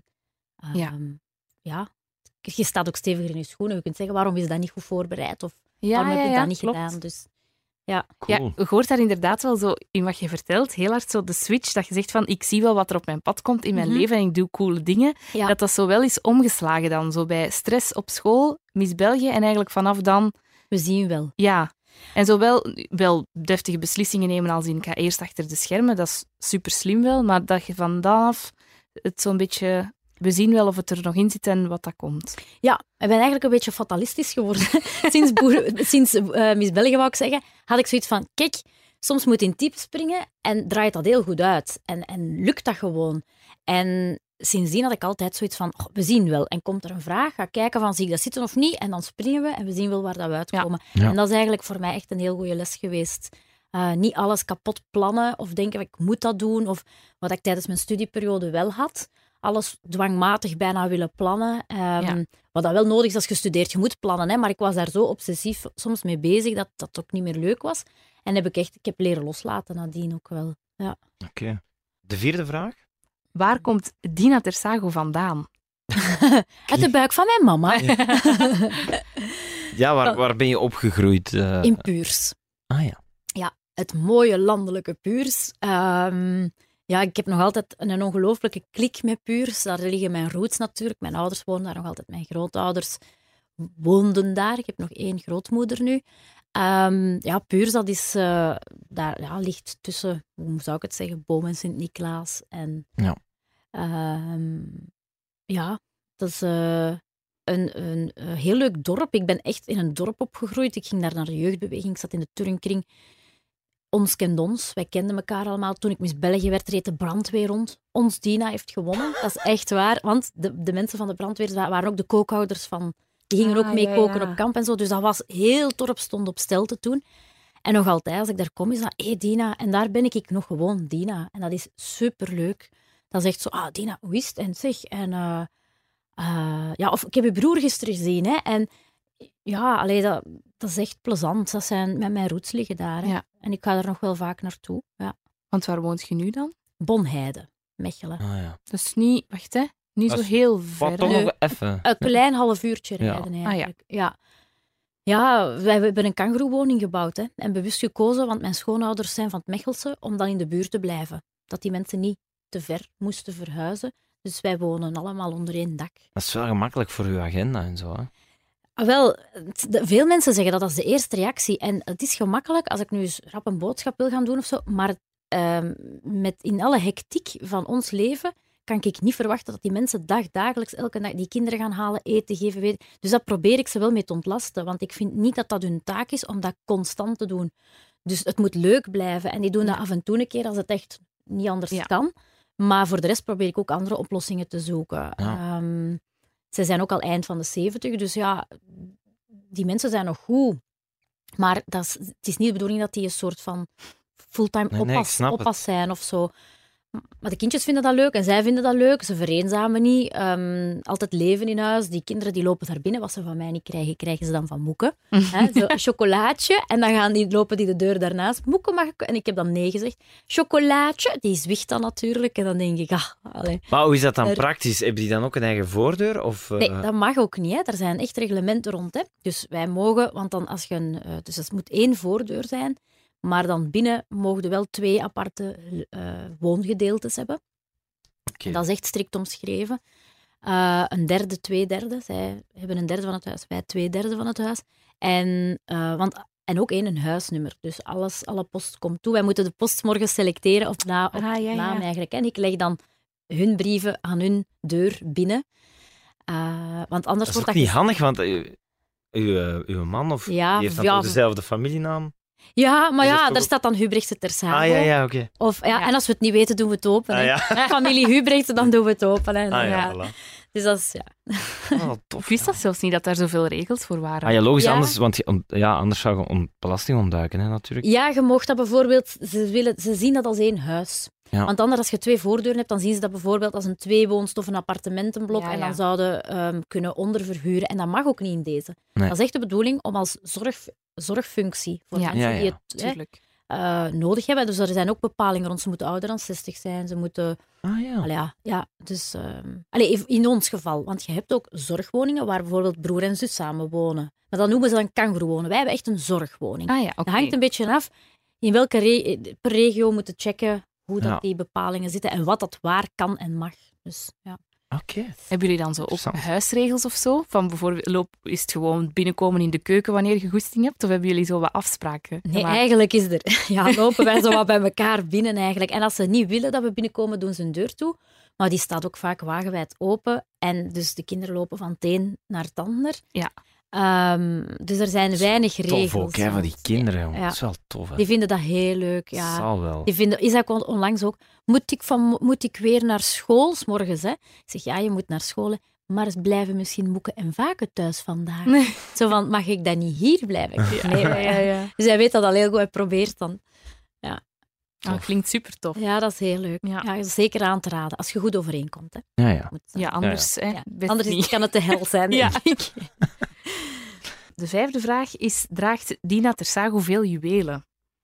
je staat ook steviger in je schoenen. Je kunt zeggen, waarom is dat niet goed voorbereid? Of waarom heb je dat niet klopt. gedaan? Dus, ja. Cool. Ja, je hoort daar inderdaad wel zo in wat je vertelt, heel hard zo de switch, dat je zegt van, ik zie wel wat er op mijn pad komt in mijn leven en ik doe coole dingen. Ja. Dat zo wel is omgeslagen dan, zo bij stress op school, Miss België en eigenlijk vanaf dan... We zien wel. Ja, en zo wel deftige beslissingen nemen als in, ik ga eerst achter de schermen, dat is super slim wel, maar dat je vanaf het zo'n beetje... We zien wel of het er nog in zit en wat dat komt. Ja, ik ben eigenlijk een beetje fatalistisch geworden. Sinds Miss België, wou ik zeggen, had ik zoiets van, kijk, soms moet je in type springen en draait dat heel goed uit. En lukt dat gewoon. En sindsdien had ik altijd zoiets van, we zien wel. En komt er een vraag, ga kijken van, zie ik dat zitten of niet? En dan springen we en we zien wel waar dat we uitkomen. Ja. En dat is eigenlijk voor mij echt een heel goede les geweest. Niet alles kapot plannen of denken, ik moet dat doen. Of wat ik tijdens mijn studieperiode wel had. Alles dwangmatig bijna willen plannen. Wat dat wel nodig is als je studeert. Je moet plannen, hè, maar ik was daar zo obsessief soms mee bezig dat dat ook niet meer leuk was. En ik heb leren loslaten nadien ook wel. Ja. Oké. De 4e vraag? Waar komt Dina Tersago vandaan? Uit de buik van mijn mama. Ja, waar ben je opgegroeid? In Puurs. Ah ja. Ja, het mooie landelijke Puurs. Ik heb nog altijd een ongelooflijke klik met Puurs. Daar liggen mijn roots natuurlijk. Mijn ouders wonen daar nog altijd. Mijn grootouders woonden daar. Ik heb nog 1 grootmoeder nu. Puurs, dat is, daar ligt tussen, hoe zou ik het zeggen, Boom en Sint-Niklaas. En dat is een heel leuk dorp. Ik ben echt in een dorp opgegroeid. Ik ging daar naar de jeugdbeweging. Ik zat in de turnkring. ons kent ons. Wij kenden elkaar allemaal. Toen ik Miss België werd, reed de brandweer rond. Ons Dina heeft gewonnen. Dat is echt waar. Want de mensen van de brandweer waren ook de kookhouders van... Die gingen ook mee koken op kamp en zo. Dus dat was heel dorp stond op stelte toen. En nog altijd, als ik daar kom, is dat... Hé, Dina. En daar ben ik nog gewoon Dina. En dat is superleuk. Dat is echt zo... Dina, hoe is het? En zeg... En, of ik heb je broer gisteren gezien, hè. En ja, dat is echt plezant. Dat zijn met mijn roots liggen daar. Hè. Ja. En ik ga er nog wel vaak naartoe. Ja. Want waar woont je nu dan? Bonheide, Mechelen. Dat is niet... Wacht, hè. Niet Dat zo is heel Wat ver. toch nog even. Een klein half uurtje rijden eigenlijk. Ja, wij hebben een kangoeroewoning gebouwd. Hè. En bewust gekozen, want mijn schoonouders zijn van het Mechelse, om dan in de buurt te blijven. Dat die mensen niet te ver moesten verhuizen. Dus wij wonen allemaal onder één dak. Dat is wel gemakkelijk voor uw agenda en zo. Hè? Wel, veel mensen zeggen dat is de eerste reactie. En het is gemakkelijk als ik nu eens rap een boodschap wil gaan doen of zo. Maar in alle hectiek van ons leven kan ik niet verwachten dat die mensen dagelijks elke dag die kinderen gaan halen, eten geven. Dus dat probeer ik ze wel mee te ontlasten. Want ik vind niet dat dat hun taak is om dat constant te doen. Dus het moet leuk blijven. En die doen dat af en toe een keer als het echt niet anders kan. Maar voor de rest probeer ik ook andere oplossingen te zoeken. Ja. Ze zijn ook al eind van de 70, dus ja, die mensen zijn nog goed. Maar het is niet de bedoeling dat die een soort van fulltime oppas zijn of zo. Maar de kindjes vinden dat leuk en zij vinden dat leuk. Ze vereenzamen niet. Altijd leven in huis. Die kinderen die lopen daar binnen. Wat ze van mij niet krijgen, krijgen ze dan van Moeke. Zo een chocolaatje. En dan lopen die de deur daarnaast. Moeke, mag ik? En ik heb dan nee gezegd. Chocolaatje. Die zwicht dan natuurlijk. En dan denk ik, Maar hoe is dat dan praktisch? Hebben die dan ook een eigen voordeur? Of, Nee, dat mag ook niet. Hè. Er zijn echt reglementen rond. Hè. Dus wij mogen, want dan als je dus het moet 1 voordeur zijn. Maar dan binnen mogen er wel 2 aparte woongedeeltes hebben. Okay. Dat is echt strikt omschreven. Een derde, 2/3. Zij hebben een derde van het huis, wij 2/3 van het huis. En ook een huisnummer. Dus alle post komt toe. Wij moeten de post morgen selecteren op naam eigenlijk. En ik leg dan hun brieven aan hun deur binnen. Want anders dat is wordt ook niet handig, want uw man die heeft dan toch dezelfde familienaam? Ja, maar daar staat dan Hubrechtse ter Savo. Oké. En als we het niet weten, doen we het open. Familie Hubrechtse, dan doen we het open. Voilà. Dus dat is, tof. Ik wist dat zelfs niet, dat daar zoveel regels voor waren. Logisch, anders, want anders zou je belasting ontduiken, hè, natuurlijk. Ja, je mocht dat bijvoorbeeld... Ze zien dat als 1 huis. Ja. Want anders, als je 2 voordeuren hebt, dan zien ze dat bijvoorbeeld als een 2-woonst of een appartementenblok. En dan zouden kunnen onderverhuren. En dat mag ook niet in deze. Nee. Dat is echt de bedoeling om als zorgfunctie voor mensen die het nodig hebben. Dus er zijn ook bepalingen rond. Ze moeten ouder dan 60 zijn. Ze moeten... Dus in ons geval. Want je hebt ook zorgwoningen waar bijvoorbeeld broer en zus samen wonen. Maar dat noemen ze dan kangoeroewonen. Wij hebben echt een zorgwoning. Dat hangt een beetje af in welke per regio moeten checken hoe dat die bepalingen zitten en wat dat waar kan en mag. Dus, ja. Okay. Hebben jullie dan zo ook huisregels of zo? Van bijvoorbeeld, is het gewoon binnenkomen in de keuken wanneer je goesting hebt? Of hebben jullie zo wat afspraken? Nee, eigenlijk is lopen wij zo wat bij elkaar binnen eigenlijk. En als ze niet willen dat we binnenkomen, doen ze een deur toe. Maar die staat ook vaak wagenwijd open. En dus de kinderen lopen van het een naar het ander. Ja. Dus er zijn weinig regels. Tof ook, hè, van die kinderen. Jongen. Dat is wel tof. Hè? Die vinden dat heel leuk. Ja. Dat zal wel. Die vinden, Isaac onlangs ook, moet ik weer naar school 's morgens? Hè? Ik zeg, ja, je moet naar school. Hè. Maar ze blijven misschien Moeke en Vaken thuis vandaag. Nee. Zo van, mag ik dan niet hier blijven? Nee. Dus hij weet dat al heel goed. Hij probeert dan. Ja. Dat klinkt super tof. Ja, dat is heel leuk. Ja, zeker aan te raden, als je goed overeenkomt. Hè. Anders, anders kan het de hel zijn, denk ik. De 5e vraag is, draagt Dina ter Savo veel juwelen?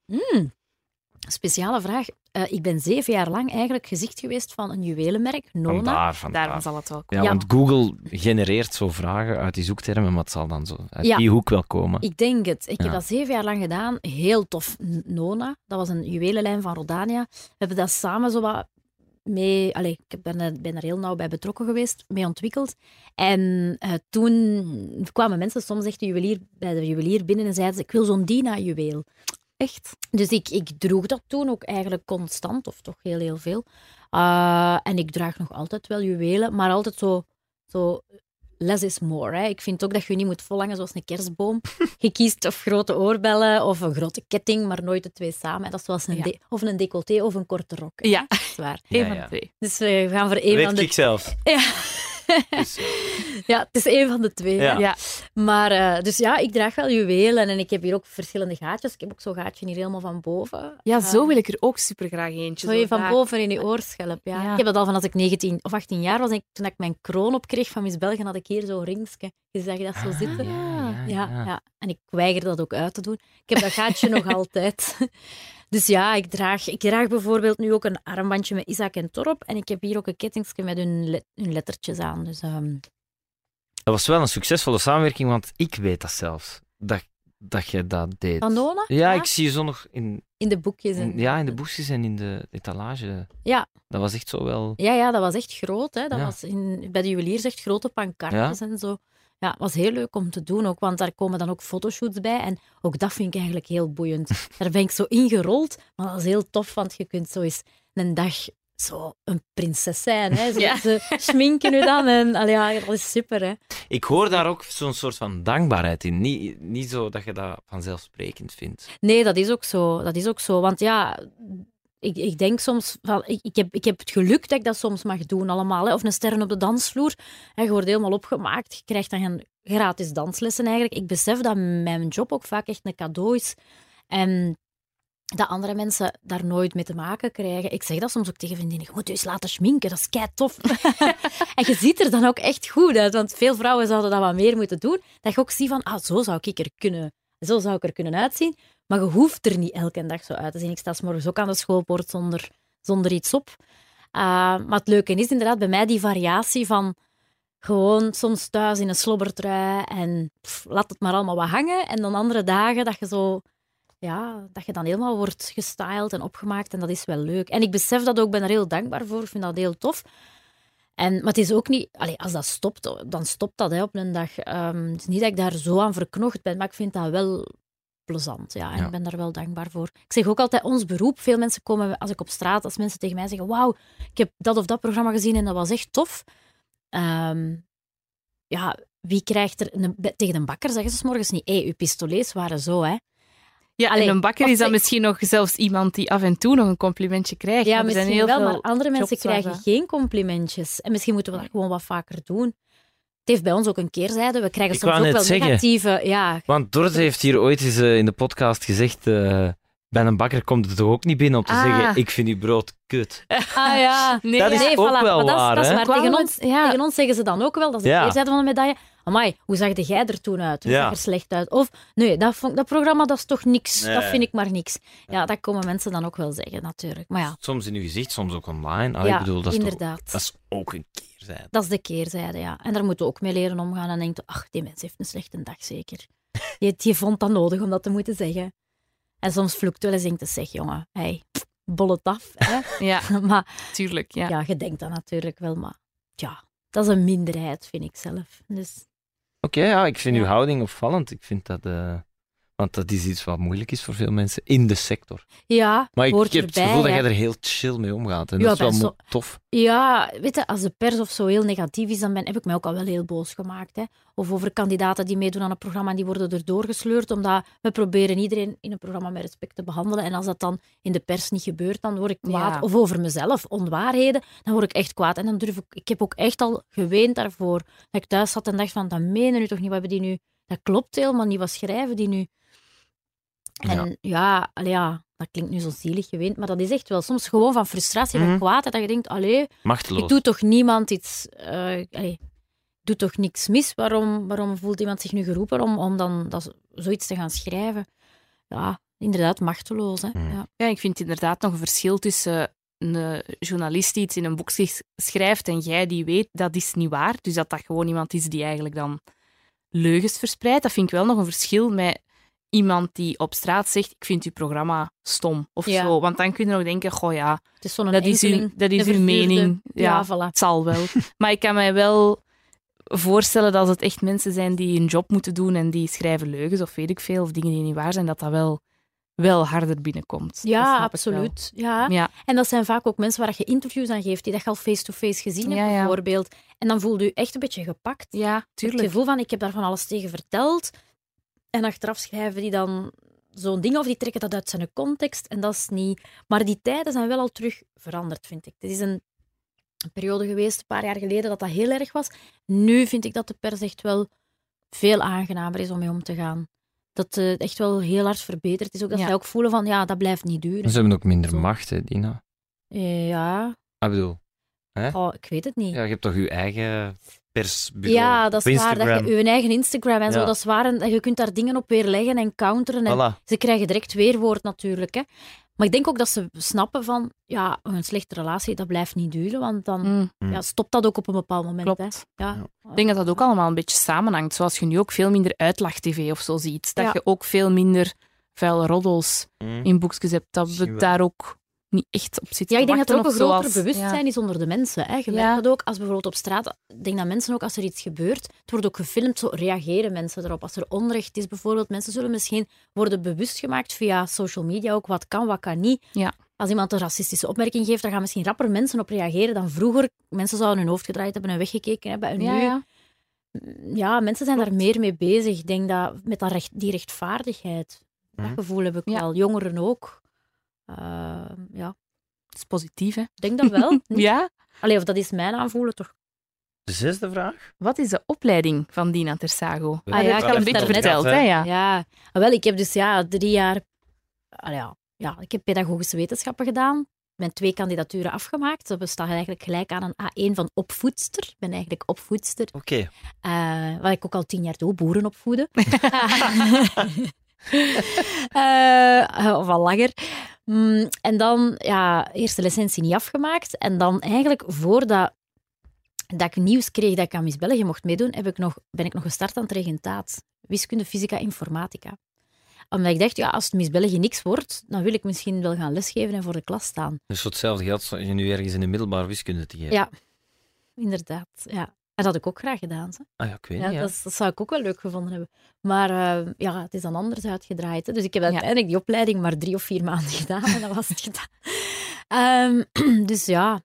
Speciale vraag. Ik ben 7 jaar lang eigenlijk gezicht geweest van een juwelenmerk, Nona. Daarvan zal het wel komen. Ja, want Google genereert zo vragen uit die zoektermen, maar het zal dan zo uit die hoek wel komen. Ik denk het. Ik heb dat 7 jaar lang gedaan. Heel tof. Nona, dat was een juwelenlijn van Rodania. We hebben dat samen zo wat mee... ik ben er heel nauw bij betrokken geweest, mee ontwikkeld. En toen kwamen mensen soms echt bij de juwelier binnen en zeiden ze, ik wil zo'n Dina-juweel. Echt. Dus ik droeg dat toen ook eigenlijk constant, of toch heel, heel veel. En ik draag nog altijd wel juwelen, maar altijd zo less is more. Hè. Ik vind ook dat je niet moet volhangen zoals een kerstboom. Je kiest of grote oorbellen of een grote ketting, maar nooit de twee samen. Dat is zoals of een decolleté of een korte rok. Hè. Ja, dat is waar. Eén van de twee. Dus we gaan voor één van de... ik zelf. Ja. Dus, Ja, het is één van de twee. Ja. Ja. Maar, dus ja, ik draag wel juwelen en ik heb hier ook verschillende gaatjes. Ik heb ook zo'n gaatje hier helemaal van boven. Ja, zo wil ik er ook super graag eentje. Zo je van daar. boven in je oorschelp, ja. Ja. Ik heb dat al van als ik 19 of 18 jaar was. En toen ik mijn kroon opkreeg van Miss België, had ik hier zo'n ringsje. Je zag dat zo zitten. Ja. En ik weiger dat ook uit te doen. Ik heb dat gaatje nog altijd. Dus ja, ik draag bijvoorbeeld nu ook een armbandje met Isaac en Torop. En ik heb hier ook een kettingje met hun lettertjes aan. Dus, Dat was wel een succesvolle samenwerking, want ik weet dat zelfs. Dat je dat deed. van Nona? Ja, ik zie je zo nog in In de boekjes. in de boekjes en in de etalage. Ja. Dat was echt zo wel... Ja, dat was echt groot. Hè. Dat Ja. was bij de juweliers echt grote pancartes en zo. Ja, het was heel leuk om te doen ook, want daar komen dan ook fotoshoots bij. En ook dat vind ik eigenlijk heel boeiend. Daar ben ik zo ingerold, maar dat is heel tof, want je kunt zo eens een dag zo een prinses zijn. Hè. Ze schminken je dan en dat is super. Hè. Ik hoor daar ook zo'n soort van dankbaarheid in. Niet zo dat je dat vanzelfsprekend vindt. Nee, dat is ook zo. Dat is ook zo, want ja... Ik denk soms, ik heb het geluk dat ik dat soms mag doen allemaal. Hè. Of een sterren op de dansvloer. En je wordt helemaal opgemaakt. Je krijgt dan gratis danslessen eigenlijk. Ik besef dat mijn job ook vaak echt een cadeau is. En dat andere mensen daar nooit mee te maken krijgen. Ik zeg dat soms ook tegen vriendinnen. Je moet je eens laten schminken, dat is kei tof. En je ziet er dan ook echt goed uit. Want veel vrouwen zouden dat wat meer moeten doen. Dat je ook ziet van, zo zou ik er kunnen uitzien. Maar je hoeft er niet elke dag zo uit te zien. Ik sta 's morgens ook aan de schoolpoort zonder iets op. Maar het leuke is inderdaad bij mij die variatie van gewoon soms thuis in een slobbertrui en laat het maar allemaal wat hangen. En dan andere dagen dat je zo... Ja, dat je dan helemaal wordt gestyled en opgemaakt. En dat is wel leuk. En ik besef dat ook, ben er heel dankbaar voor. Ik vind dat heel tof. Maar het is ook niet... als dat stopt, dan stopt dat op een dag. Het is niet dat ik daar zo aan verknocht ben, maar ik vind dat wel plezant. Ja, en ik ben daar wel dankbaar voor. Ik zeg ook altijd, ons beroep. Veel mensen komen, als ik op straat, als mensen tegen mij zeggen, wauw, ik heb dat of dat programma gezien en dat was echt tof. Wie krijgt er... tegen een bakker zeggen ze 's morgens niet, uw pistolets waren zo, hè. Ja, en een bakker is dan misschien nog zelfs iemand die af en toe nog een complimentje krijgt. Ja, er zijn misschien heel wel, veel maar andere mensen krijgen waar geen complimentjes. En misschien moeten we dat gewoon wat vaker doen. Het heeft bij ons ook een keerzijde. We krijgen soms ook wel negatieve... Ja. Want Dorte heeft hier ooit eens in de podcast gezegd... bij een bakker komt het toch ook niet binnen om te zeggen ik vind uw brood kut. Ja. Nee, dat is ook wel waar. Dat is waar. Tegen ons zeggen ze dan ook wel, dat is de keerzijde van de medaille. Amai, hoe zag jij er toen uit? Hoe zag er slecht uit? Of, nee, dat programma, dat is toch niks. Nee. Dat vind ik maar niks. Ja, dat komen mensen dan ook wel zeggen, natuurlijk. Maar ja. Soms in uw gezicht, soms ook online. Ja, ik bedoel, dat is inderdaad. Dat is ook een keerzijde. Dat is de keerzijde, ja. En daar moeten we ook mee leren omgaan. En denken, die mens heeft een slechte dag, zeker. Die vond dat nodig om dat te moeten zeggen. En soms vloekt wel eens en te zeggen, jongen, bol het af. Hè? Ja, maar, tuurlijk. Ja. Ja, je denkt dat natuurlijk wel, maar ja, dat is een minderheid, vind ik zelf. Dus... Oké, ik vind uw houding opvallend. Ik vind dat... Want dat is iets wat moeilijk is voor veel mensen in de sector. Ja, maar ik heb het gevoel dat jij er heel chill mee omgaat. En dat is wel tof. Ja, weet je, als de pers of zo heel negatief is, dan heb ik mij ook al wel heel boos gemaakt. Hè. Of over kandidaten die meedoen aan een programma en die worden erdoor gesleurd, omdat we proberen iedereen in een programma met respect te behandelen. En als dat dan in de pers niet gebeurt, dan word ik kwaad. Ja. Of over mezelf, onwaarheden, dan word ik echt kwaad. En dan durf ik heb ook echt al geweend daarvoor. Dat ik thuis zat en dacht van, dat menen nu toch niet, wat hebben die nu... Dat klopt helemaal niet, wat schrijven die nu? En ja, dat klinkt nu zo zielig geweend, maar dat is echt wel soms gewoon van frustratie en kwaadheid, dat je denkt, machteloos. Ik doe toch niemand iets... doe toch niks mis? Waarom voelt iemand zich nu geroepen om dan zoiets te gaan schrijven? Ja, inderdaad, machteloos. Hè? Ja, ik vind inderdaad nog een verschil tussen een journalist die iets in een boek schrijft en jij die weet, dat is niet waar. Dus dat gewoon iemand is die eigenlijk dan leugens verspreidt. Dat vind ik wel nog een verschil met iemand die op straat zegt, ik vind uw programma stom. Of zo. Want dan kun je nog denken, het is dat is uw mening. Ja, voilà. Het zal wel. Maar ik kan mij wel voorstellen dat als het echt mensen zijn die een job moeten doen en die schrijven leugens of weet ik veel, of dingen die niet waar zijn, dat wel wel harder binnenkomt. Dat Ja, snap ik wel. absoluut. Ja. Ja. En dat zijn vaak ook mensen waar je interviews aan geeft, die dat je al face-to-face gezien hebt, Ja, ja. bijvoorbeeld. En dan voel je je echt een beetje gepakt. Ja, Het tuurlijk. gevoel van, ik heb daar van alles tegen verteld. En achteraf schrijven die dan zo'n ding of die trekken dat uit zijn context. En dat is niet... Maar die tijden zijn wel al terug veranderd, vind ik. Het is een periode geweest, een paar jaar geleden, dat heel erg was. Nu vind ik dat de pers echt wel veel aangenamer is om mee om te gaan. Dat het echt wel heel hard verbeterd is. Ook dat Ja. zij ook voelen van, ja, dat blijft niet duren. Ze hebben ook minder Zo. macht, hè, Dina? Ja, Ik bedoel, ik weet het niet. ja, je hebt toch je eigen persbureau Ja, dat op is waar. Dat Instagram? je eigen Instagram en zo, Ja. dat is waar. En je kunt daar dingen op weerleggen en counteren. En Voilà. ze krijgen direct weerwoord natuurlijk. Hè. Maar ik denk ook dat ze snappen van, ja, een slechte relatie, dat blijft niet duren. Want dan Mm. stopt dat ook op een bepaald moment. Klopt. Hè. Ja. Ik denk dat dat ook allemaal een beetje samenhangt. Zoals je nu ook veel minder uitlach-tv of zo ziet. Dat Ja. je ook veel minder vuile roddels in boekjes hebt. Dat Misschien we wel. daar ook niet echt op zitten Ja, ik denk dat er ook een wachten of groter zoals- bewustzijn is onder de mensen. Hè. Je Ja. merkt dat ook als bijvoorbeeld op straat. Ik denk dat mensen ook, als er iets gebeurt, het wordt ook gefilmd, zo reageren mensen erop. Als er onrecht is bijvoorbeeld, mensen zullen misschien worden bewust gemaakt via social media ook, wat kan niet. Ja. Als iemand een racistische opmerking geeft, dan gaan misschien rapper mensen op reageren dan vroeger. Mensen zouden hun hoofd gedraaid hebben en weggekeken hebben. En Ja, nu, ja. ja, mensen zijn daar meer mee bezig. Ik denk dat met die rechtvaardigheid, dat Mhm. gevoel heb ik Ja. wel. Jongeren ook. Ja, Dat is positief, hè? ik denk dat wel. Ja. Allee, of dat is mijn aanvoelen toch? De 6e vraag? Wat is de opleiding van Dina Tersago? Ah, Dat heb ja, ik ik al een heb beetje het daarnet verteld, hè? Ja. Ja, wel, ik heb dus 3 jaar... ik heb pedagogische wetenschappen gedaan. Mijn 2 kandidaturen afgemaakt. Dat bestaat eigenlijk gelijk aan een A1 van opvoedster. Ik ben eigenlijk opvoedster. Oké. Wat ik ook al 10 jaar doe, boeren opvoeden. Of al langer. En dan, eerste licentie niet afgemaakt. En dan eigenlijk, voordat ik nieuws kreeg dat ik aan Miss België mocht meedoen, ben ik nog gestart aan het regentaat. Wiskunde, fysica, informatica. Omdat ik dacht, als het Miss België niks wordt, dan wil ik misschien wel gaan lesgeven en voor de klas staan. Dus voor hetzelfde geld sta je nu ergens in de middelbare wiskunde te geven. Ja, inderdaad. Ja. En dat had ik ook graag gedaan. Hè. Ah ja, ik weet Ja, niet. Ja. dat zou ik ook wel leuk gevonden hebben. Maar het is dan anders uitgedraaid. Hè. Dus ik heb uiteindelijk die opleiding maar 3 of 4 maanden gedaan en dat was het gedaan. Dus ja,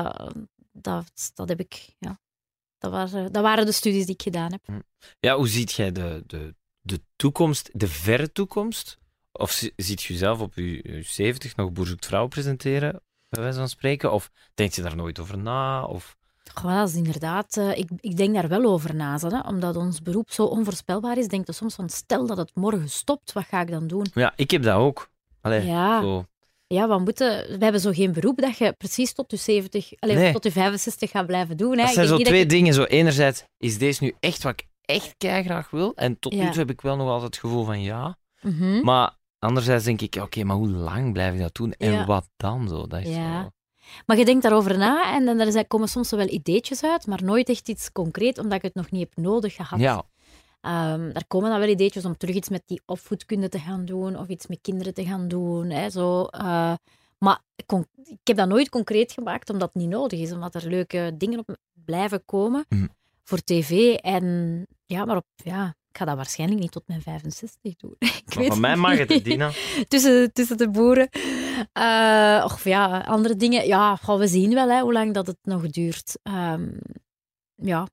dat heb ik... Ja. Dat waren de studies die ik gedaan heb. Ja, hoe ziet jij de toekomst, de verre toekomst? Of ziet je jezelf op je 70 nog Boer zoekt vrouw presenteren, bij wijze van spreken? Of denk je daar nooit over na? Of... Goh, dat is inderdaad... ik denk daar wel over na. Hè. Omdat ons beroep zo onvoorspelbaar is, denk je soms van, stel dat het morgen stopt, wat ga ik dan doen? Ja, ik heb dat ook. Allee, Ja. Zo. Ja, we hebben zo geen beroep dat je precies tot je 70, Nee. tot je 65 gaat blijven doen. Hè. Dat Ik zijn denk zo niet dat twee dingen. Zo, enerzijds, is deze nu echt wat ik echt keigraag wil? En tot nu Ja. toe heb ik wel nog altijd het gevoel van ja. Mhm. Maar anderzijds denk ik, oké, maar hoe lang blijf ik dat doen? En Ja. wat dan zo? Dat is Ja. zo... Maar je denkt daarover na en er komen soms wel ideetjes uit, maar nooit echt iets concreet, omdat ik het nog niet heb nodig gehad. Ja, Er komen dan wel ideetjes om terug iets met die opvoedkunde te gaan doen of iets met kinderen te gaan doen. Hè, zo. Maar ik heb dat nooit concreet gemaakt, omdat het niet nodig is, omdat er leuke dingen op blijven komen Mhm. voor tv. En ja, ik ga dat waarschijnlijk niet tot mijn 65 doen. Ik maar weet van mij mag het, niet. Dina. Tussen de boeren. Of ja, andere dingen. Ja, we zien wel hoe lang dat het nog duurt. Ja.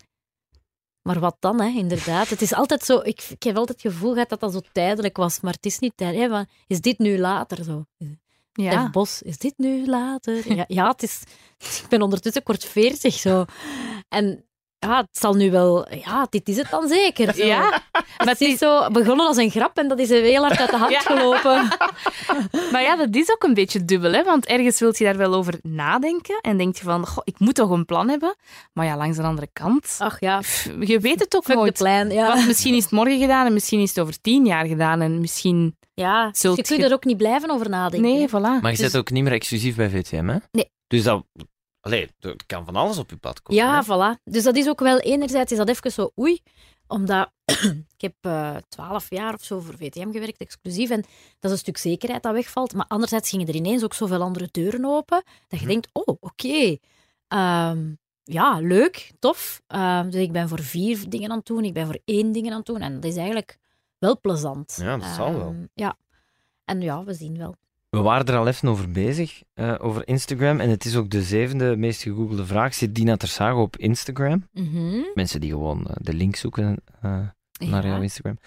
Maar wat dan, hè, inderdaad. Het is altijd zo... Ik heb altijd het gevoel gehad dat dat zo tijdelijk was, maar het is niet tijdelijk. Hè, is dit nu later zo? Ja. Stef Bos, is dit nu later? Ja, het is... Ik ben ondertussen kort 40, zo. En ja, het zal nu wel... Ja, dit is het dan zeker. Zo. Ja, Maar het is zo begonnen als een grap en dat is heel hard uit de hand Ja. gelopen. Maar ja, dat is ook een beetje dubbel, hè? Want ergens wil je daar wel over nadenken en denk je van, goh, ik moet toch een plan hebben. Maar ja, langs de andere kant, Ach ja, je weet het ook fuck nooit. the plan. Ja. Want misschien is het morgen gedaan en misschien is het over 10 jaar gedaan en misschien... Ja, Zult je kunt je- er ook niet blijven over nadenken. Nee, hè. voilà. Maar je zit ook niet meer exclusief bij VTM, hè? Nee. Dus dat... Allee, er kan van alles op je pad komen. Ja, hè? voilà. Dus dat is ook wel, enerzijds is dat even zo, omdat ik heb 12 jaar of zo voor VTM gewerkt, exclusief, en dat is een stuk zekerheid dat wegvalt. Maar anderzijds gingen er ineens ook zoveel andere deuren open, dat je denkt, oké. Ja, leuk, tof. Dus ik ben voor 4 dingen aan het doen, ik ben voor 1 ding aan het doen, en dat is eigenlijk wel plezant. Ja, dat zal wel. Ja. En ja, we zien wel. We waren er al even over bezig, over Instagram. En het is ook de 7e meest gegoogelde vraag. Zit Dina Tersago op Instagram? Mhm. Mensen die gewoon de link zoeken naar Ja. jouw Instagram.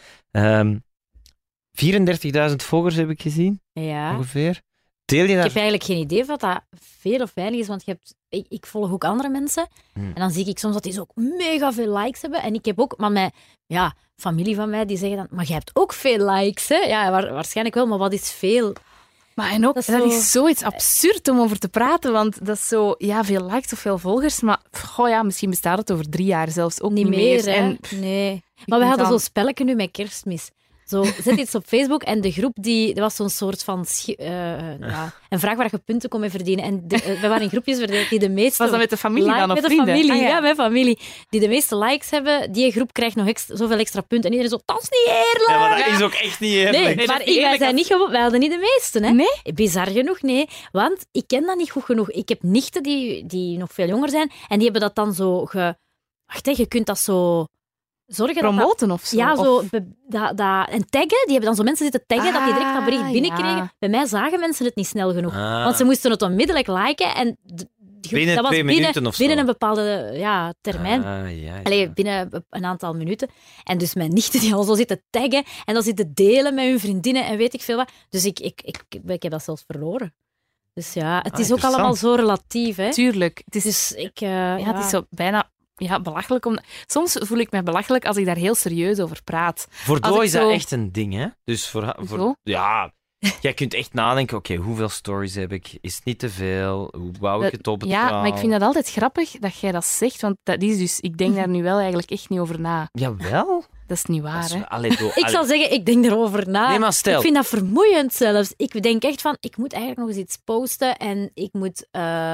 34.000 volgers heb ik gezien, Ja. ongeveer. Deel je Ik daar... heb eigenlijk geen idee of dat veel of weinig is, want ik volg ook andere mensen. Hmm. En dan zie ik soms dat die zo ook mega veel likes hebben. En ik heb ook, maar familie van mij, die zeggen dan, maar jij hebt ook veel likes, hè? Ja, waarschijnlijk wel, maar wat is veel? Maar en ook, Dat dat is is, zo- zoiets absurd om over te praten, want dat is zo, ja, veel likes of veel volgers, maar misschien bestaat het over 3 jaar zelfs ook niet meer. hè? En Nee. Maar we vind hadden dan- zo'n spelletje nu met Kerstmis. Zo, zet iets op Facebook en de groep, dat was zo'n soort van een vraag waar je punten kon mee verdienen. En we waren in groepjes verdeeld die de meeste... was dat met de familie dan, of met de vrienden? familie, Ah, ja. ja, met familie. Die de meeste likes hebben, die groep krijgt nog zoveel extra punten. En iedereen zo, dat is niet eerlijk! Ja, maar dat is ook echt niet eerlijk. Nee, dat maar is niet wij eerlijk. zijn niet wij hadden niet de meeste, hè? Nee? Bizar genoeg, nee. Want ik ken dat niet goed genoeg. Ik heb nichten die nog veel jonger zijn en die hebben dat dan zo... Wacht, hè, je kunt dat zo... Zorgen dat dat... Promoten of zo? Ja, Of- zo, en taggen, die hebben dan zo mensen zitten taggen dat die direct dat bericht Ah, binnenkregen. ja. Bij mij zagen mensen het niet snel genoeg. Ah. Want ze moesten het onmiddellijk liken en Binnen dat was 2 minuten of zo. binnen een bepaalde termijn. Ja. Allee, binnen een aantal minuten. En dus mijn nichten die al zo zitten taggen en dan zitten delen met hun vriendinnen en weet ik veel wat. Dus ik heb dat zelfs verloren. Dus ja, het is ook interessant. allemaal zo relatief, hè. Tuurlijk. Het is, Dus ik... het is zo bijna belachelijk. Soms voel ik me belachelijk als ik daar heel serieus over praat. Voor Als Do ik is dat zo- echt een ding, hè? Dus voor Zo? ja, jij kunt echt nadenken, oké, hoeveel stories heb ik? Is het niet te veel? Hoe bouw ik het op het Ja, verhaal? maar ik vind dat altijd grappig dat jij dat zegt, want dat is dus, ik denk daar nu wel eigenlijk echt niet over na. Jawel. Dat is niet Dat waar, is- hè? allee, Do, Ik allee. zal zeggen, ik denk erover na. Nee, maar stel. Ik vind dat vermoeiend zelfs. Ik denk echt van, ik moet eigenlijk nog eens iets posten en ik moet...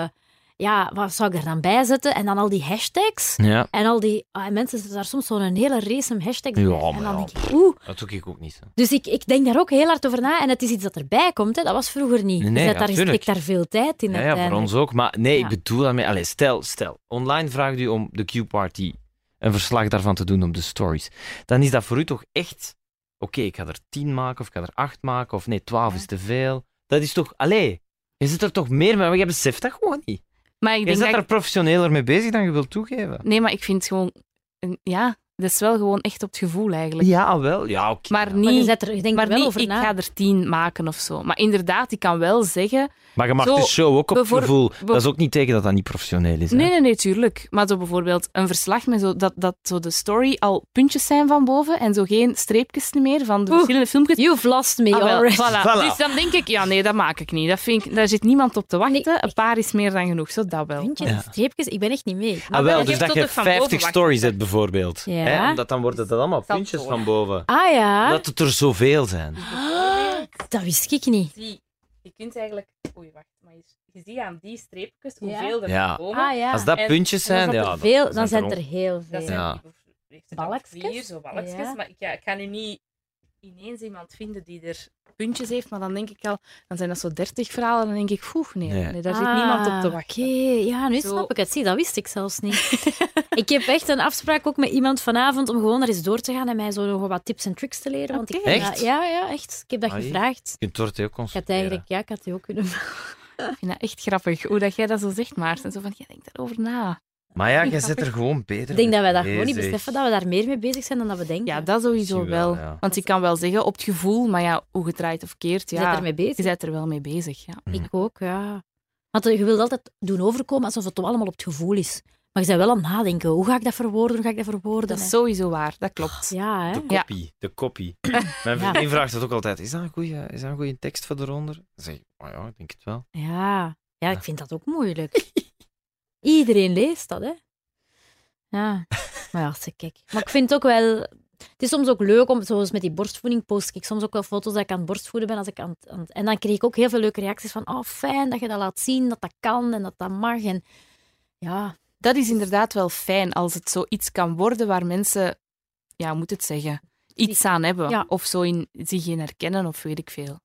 wat zou ik er dan bij zetten? En dan al die hashtags. Ja, En al die... mensen zetten daar soms zo'n hele race met hashtags Ja, bij. maar En dan ja. denk ik, oeh. dat doe ik ook niet. Zo. Dus ik denk daar ook heel hard over na. En het is iets dat erbij komt. Hè. Dat was vroeger niet. Nee, je ja, daar tuurlijk. steekt daar veel tijd in. Ja, voor uiteindelijk. ons ook. Maar nee, Ja. ik bedoel daarmee... Allee, stel, online vraagt u om de Q-party een verslag daarvan te doen op de stories. Dan is dat voor u toch echt... Oké, ik ga er 10 maken, of ik ga er 8 maken, of nee, 12 is te veel. Dat is toch... Allee, je zit er toch meer mee, maar je beseft dat gewoon niet. Maar ik Je denk bent dat er professioneler mee bezig dan je wilt toegeven. Nee, maar ik vind gewoon... Ja, dat is wel gewoon echt op het gevoel eigenlijk. Ja, wel. Ja, oké. Maar ja. Maar je, niet... je denkt Maar er wel niet, over ik na. ga er 10 maken of zo. Maar inderdaad, ik kan wel zeggen... Maar je mag Zo, de show ook op het bevoor- gevoel. Dat is ook niet tegen dat dat niet professioneel is. Hè? Nee, tuurlijk. Maar zo bijvoorbeeld een verslag met zo dat zo de story al puntjes zijn van boven en zo geen streepjes meer van de verschillende filmpjes. You've lost me Ah, wel, already. voilà. Voilà. Dus dan denk ik, ja, nee, dat maak ik niet. Daar zit niemand op te wachten. Nee, Een paar is meer dan genoeg, zo dat wel. Puntjes en streepjes, ik ben echt niet mee. Ah, wel, je dus hebt dat tot je het van 50 boven stories hebt, bijvoorbeeld. Ja. Hè? Omdat dan wordt het allemaal Zal puntjes zo, van hè. boven. Ah ja, Dat het er zoveel zijn. dat wist ik niet. Zie, je kunt eigenlijk... Oei, wacht. Maar je ziet aan die streepjes Ja. hoeveel er Ja. komen. Ah ja. Als dat En- puntjes En zijn, dan ja, zijn er veel, dan zijn er er heel Dat veel. zijn Ja. Balkjes? 4, zo balkjes. Ja. Maar ik kan nu niet ineens iemand vinden die er puntjes heeft, maar dan denk ik al, dan zijn dat zo 30 verhalen, dan denk ik, nee, daar zit niemand op te wachten. Oké, ja, nu Zo. snap ik het. Zie, dat wist ik zelfs niet. Ik heb echt een afspraak ook met iemand vanavond om gewoon er eens door te gaan en mij zo nog wat tips en tricks te leren. Want ik Oké. vind Echt? dat- ja, echt. Ik heb dat Ai. gevraagd. Je kunt het ook Ik had consulteren. eigenlijk, ja, ik had die ook kunnen... Ik vind dat echt grappig, hoe dat jij dat zo zegt, Maarten. Zo van, jij denkt daarover na. Maar ja, je zit er gewoon beter Ik denk dat wij dat mee gewoon niet bezig. beseffen, dat we daar meer mee bezig zijn dan dat we denken. Ja, dat sowieso Misschien wel. wel, ja. Want je kan wel zeggen op het gevoel, maar ja, hoe gedraaid of keert, Je ja, bent ermee bezig. je bent er wel mee bezig. Ja. Mhm. Ik ook, ja. Want je wilt altijd doen overkomen alsof het allemaal op het gevoel is. Maar je bent wel aan het nadenken. Hoe ga ik dat verwoorden? Hoe ga ik dat verwoorden? Dat is sowieso waar, dat klopt. Ja, hè? De kopie. Mijn vriendin vraagt het ook altijd. Is dat een goede tekst voor eronder? Dan zeg ik, oh ja, ik denk het wel. Ja, ik vind dat ook moeilijk. Iedereen leest dat, hè. Ja. Maar ja, kijk. Maar ik vind het ook wel... Het is soms ook leuk om, zoals met die borstvoeding, post ik soms ook wel foto's dat ik aan het borstvoeden ben. Als ik en dan kreeg ik ook heel veel leuke reacties van, oh, fijn dat je dat laat zien, dat dat kan en dat dat mag. En ja, Dat is inderdaad wel fijn als het zoiets kan worden waar mensen, ja, hoe moet het zeggen, iets aan hebben. Ja. Of zo zich in herkennen of weet ik veel.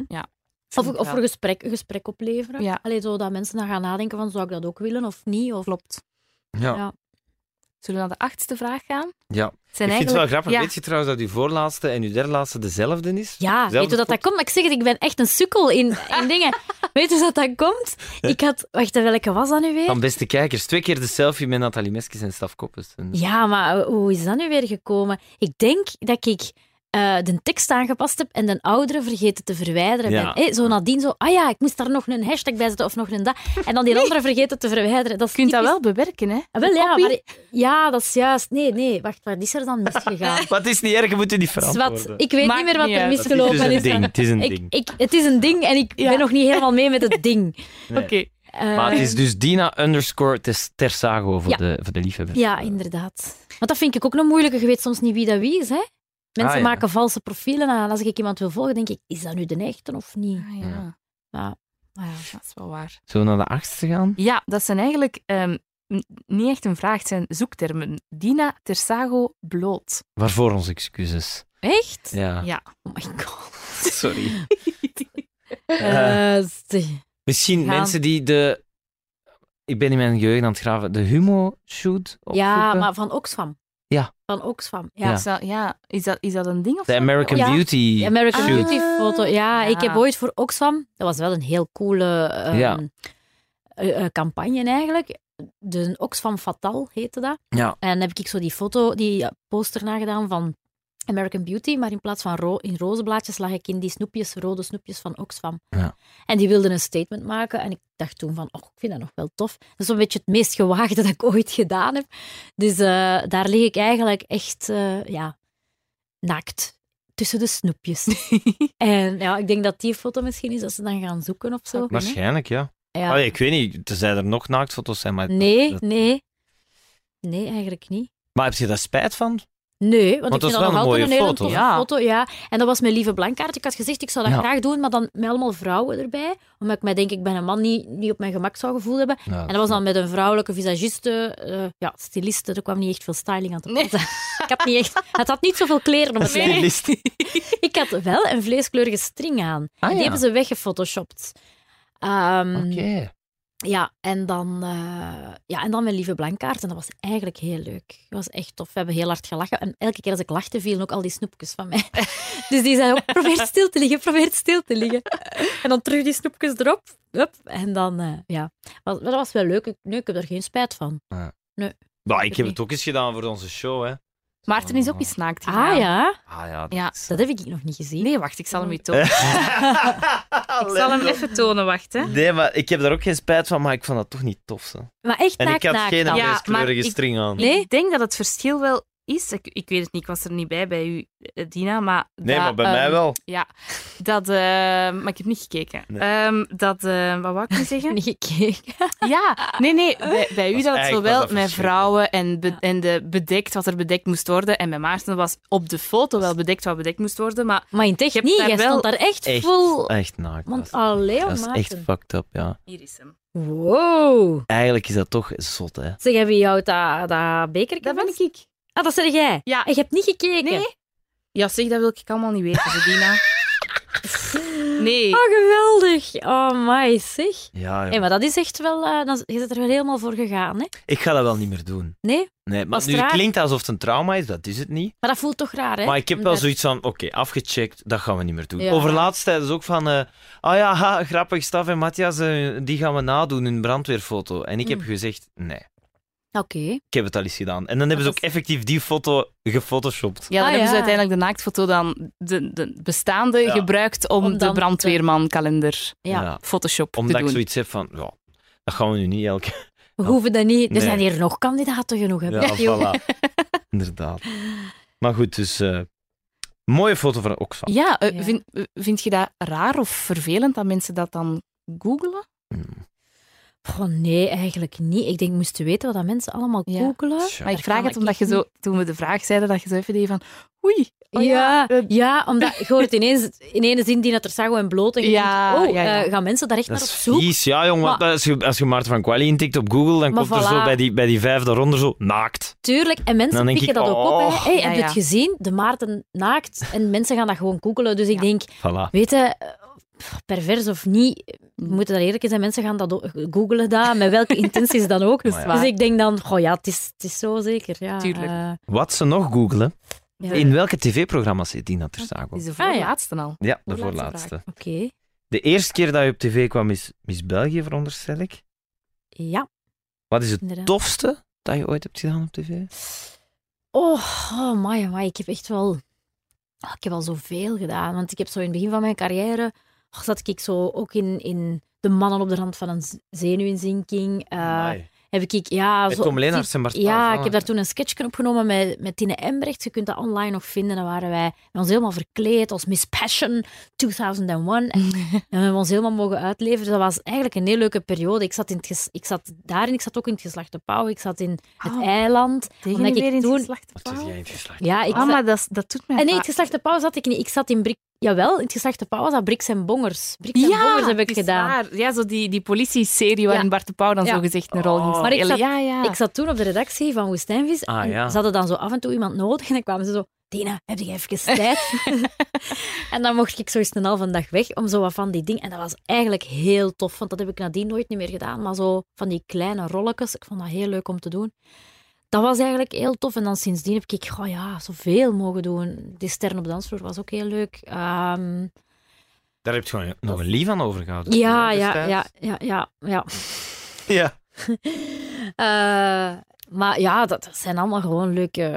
Of voor een gesprek opleveren. Ja. Allee, zo dat mensen dan gaan nadenken van, zou ik dat ook willen of niet? Of... Klopt. Ja. Ja. Zullen we naar de 8e vraag gaan? Ja. zijn Ik vind het wel eigenlijk... grappig. Ja. Weet je trouwens dat uw voorlaatste en uw derde laatste dezelfde is? Ja, Zelfde weet je dat foto? komt? Maar ik zeg het, ik ben echt een sukkel in dingen. Weet je dat komt? Ik had... Wacht, welke was dat nu weer? Van beste kijkers, 2 keer de selfie met Nathalie Meskes en Staf Koppes. En- Ja, maar hoe is dat nu weer gekomen? Ik denk dat ik de tekst aangepast heb en de oudere vergeten te verwijderen Ja. ben. Zo nadien zo, ik moest daar nog een hashtag bij zetten of nog een dat. En dan die andere vergeten te verwijderen. Dat is Je kunt dat typisch. wel bewerken, hè? Ah, wel, ja, Copy. maar, ja, dat is juist. Nee, wacht, wat is er dan misgegaan? Maar het is niet erg, je moet je niet Zwat, verantwoorden. ik weet Maakt niet meer wat niet er uit. misgelopen Het is is. een ding. Het is een ding. Het is een ding en ik ben nog niet helemaal mee met het ding. Nee. Oké. Maar het is dus Dina_Tersago voor, Ja. voor de liefhebbers. Ja, inderdaad. Want dat vind ik ook nog moeilijker. Je weet soms niet wie dat wie is, hè? Mensen Ah, ja. maken valse profielen en als ik iemand wil volgen, denk ik, is dat nu de echte of niet? Ah, ja. Ja. Dat is wel waar. Zullen we naar de 8e gaan? Ja, dat zijn eigenlijk niet echt een vraag, het zijn zoektermen. Dina Tersago bloot. Waarvoor onze excuses. Echt? Ja, Ja. Oh my god. sorry. Gaan. Misschien mensen die de... Ik ben in mijn geheugen aan het graven. De Humo-shoot Ja, opzoeken. maar van Oxfam. Ja. Van Oxfam, ja. Is dat een ding of De zo? American Ja. Beauty De American Ah. shoot. Beauty foto. Ja, Ja. ik heb ooit voor Oxfam, dat was wel een heel coole Ja. campagne eigenlijk. De Oxfam Fatal heette dat. Ja. En dan heb ik zo die poster nagedaan van American Beauty, maar in plaats van in rozenblaadjes lag ik in die rode snoepjes van Oxfam. Ja. En die wilden een statement maken en ik dacht toen van, ik vind dat nog wel tof. Dat is een beetje het meest gewaagde dat ik ooit gedaan heb. Dus daar lig ik eigenlijk echt, naakt tussen de snoepjes. En ja, ik denk dat die foto misschien is als ze dan gaan zoeken of zo. Waarschijnlijk, ja. Ja. Allee, ik weet niet, tenzij er nog naaktfoto's zijn, maar... Nee, dat- nee. Nee, eigenlijk niet. Maar heb je daar spijt van? Nee, want Want ik dat vind is dat wel nog een altijd mooie een hele foto. toffe Ja. foto. Ja. En dat was mijn lieve Blankaart. Ik had gezegd, ik zou dat Ja. graag doen, maar dan met allemaal vrouwen erbij. Omdat ik mij denk, ik ben een man niet op mijn gemak zou gevoeld hebben. Ja, En dat was dan met een vrouwelijke visagiste, styliste. Er kwam niet echt veel styling aan te pas. Ik had niet echt... Het had niet zoveel kleren op het lijf. Stylist. Ik had wel een vleeskleurige string aan. Ah, Die ja. hebben ze weggefotoshopt. Oké. Ja, en dan mijn lieve Blankaart. En dat was eigenlijk heel leuk. Dat was echt tof. We hebben heel hard gelachen. En elke keer als ik lachte, vielen ook al die snoepjes van mij. Dus die zei ook, probeer stil te liggen. En dan terug die snoepjes erop. Hup. En dan, dat was wel leuk. Nee, ik heb er geen spijt van. Nou, ik heb het ook eens gedaan voor onze show, hè. Maarten is ook eens naakt gegaan. Ah ja, Ah ja, Ja. dat heb ik nog niet gezien. Nee, wacht, ik zal hem u tonen. Ik zal hem even tonen, wacht. Hè. Nee, maar ik heb daar ook geen spijt van, maar ik vond dat toch niet tof. Zo. Maar echt En ik had naakt geen dan. Ja, vleeskleurige maar ik- string aan. Nee? Ik denk dat het verschil wel is, ik weet het niet, ik was er niet bij u, Dina, maar... Nee, maar bij mij wel. Ja, maar ik heb niet gekeken. Nee. Wat wou ik nu zeggen? Niet gekeken. Ja, nee, bij u Dat is dat het eigenlijk zowel wel dat met verschil. vrouwen en bedekt wat er bedekt moest worden. En bij Maarten was op de foto wel bedekt wat bedekt moest worden, maar Maar in het Je echt hebt niet. daar Jij wel stond daar echt Echt, vol... echt naakt. Want Dat allee, is echt Maarten. fucked up, ja. hier is hem. Wow. Eigenlijk is dat toch zot, hè. Zeg, wie houdt dat bekertje Dat ben vast? ik. Ah, dat zeg jij. Ja. En je hebt niet gekeken? Nee. Ja, zeg, dat wil ik allemaal niet weten, Dina. Nee. Oh, geweldig. Oh, my, zeg. Ja, ja. Hey, maar dat is echt wel... je bent er wel helemaal voor gegaan, hè? Ik ga dat wel niet meer doen. Nee? Nee, maar Was nu het raar? klinkt alsof het een trauma is, dat is het niet. Maar dat voelt toch raar, hè? Maar ik heb wel Omdat- zoiets van, oké, afgecheckt, dat gaan we niet meer doen. Ja. Over laatst tijdens ook van, grappig, Staf en Matthias, die gaan we nadoen, hun brandweerfoto. En ik heb gezegd, nee, Oké. ik heb het al eens gedaan. En dan hebben ze ook Dat effectief die foto gefotoshopt. Ja, dan Ah, hebben ze ja. uiteindelijk de naaktfoto dan de bestaande Ja. gebruikt om Om de dan brandweerman-kalender Ja. Photoshop Omdat te ik doen. zoiets heb van, ja, dat gaan we nu niet elke... We hoeven dat niet. Er Nee. zijn hier nog kandidaten genoeg, hè? Ja, Joh. voilà. Inderdaad. Maar goed, dus... mooie foto van Oxfam. Ja, Ja. vind je dat raar of vervelend dat mensen dat dan googelen? Oh, nee, eigenlijk niet. Ik denk, moesten weten wat dat mensen allemaal Ja. googelen. Tja. Maar ik Daar vraag kan het ik omdat echt je zo, toen we de vraag zeiden, dat je zo even deed van oei. Oh Ja, omdat je hoort ineens in ene zin die Tersago en bloot en je Ja, denkt, ja. gaan mensen daar echt Dat naar op is zoek? vies, ja, jong. Want Maar- als je Maarten van Quali intikt op Google, dan Maar komt er zo voilà. bij die vijfde ronde zo naakt. Tuurlijk, en mensen Dan denk pikken ik, dat ook op. oh. Hè. Hey, heb je Ja, het ja. gezien? De Maarten naakt. En mensen gaan dat gewoon googelen. Dus ik Ja. denk, Voilà. weet je, pervers of niet, we moeten daar eerlijk in zijn, mensen gaan dat googelen, dat, met welke intenties dan ook. Maar ja. Dus ik denk dan, het is zo zeker. Ja, Tuurlijk. Wat ze nog googelen, ja. in welke tv-programma's zit Dina Tersago? Dat is de Ah, ja. voorlaatste al. Ja, de Voorlaatste voorlaatste. Oké. De eerste keer dat je op tv kwam is Miss België, veronderstel ik. Ja, Wat is het inderdaad. tofste dat je ooit hebt gedaan op tv? Amai, ik heb echt wel... ik heb al zoveel gedaan. Want ik heb zo in het begin van mijn carrière... zat ik zo ook in De mannen op de rand van een zenuwinzinking. Heb ik... Ja, Met Tom Leenaerts en Bart Ja, Pauw, ik heb daar toen een sketchje opgenomen met Tine Embrecht. Je kunt dat online nog vinden. Dan waren wij ons helemaal verkleed als Miss Passion 2001. En we hebben ons helemaal mogen uitleveren. Dus dat was eigenlijk een heel leuke periode. Ik zat ook in het Geslachte Pauw. Ik zat in het Eiland. Tegen Omdat ik weer in toen- het Geslachte Wat zit Pauw? jij in het geslacht? Ja, ik zat- Maar dat doet mij... nee, in het Geslachte Pauw zat ik niet. Ik zat in Jawel, in het Geslachte Pauw was dat Brix en Bongers. Brix en Bongers heb ik het is gedaan. waar. Ja, zo die politie-serie waarin Bart de Pauw dan Ja. zo gezegd een rol ging Oh. Maar ik spelen. zat- Ik zat toen op de redactie van Woestijnvis. Ah, en ja. ze hadden dan zo af en toe iemand nodig. En dan kwamen ze zo... Dina, heb je even tijd? En dan mocht ik zo eens een halve dag weg om zo wat van die dingen... En dat was eigenlijk heel tof, want dat heb ik nadien nooit meer gedaan. Maar zo van die kleine rolletjes, ik vond dat heel leuk om te doen. Dat was eigenlijk heel tof. En dan sindsdien heb ik zoveel mogen doen. Die Ster op de dansvloer was ook heel leuk. Daar heb je gewoon nog een lief aan overgehouden. Ja. Ja. Maar ja, dat zijn allemaal gewoon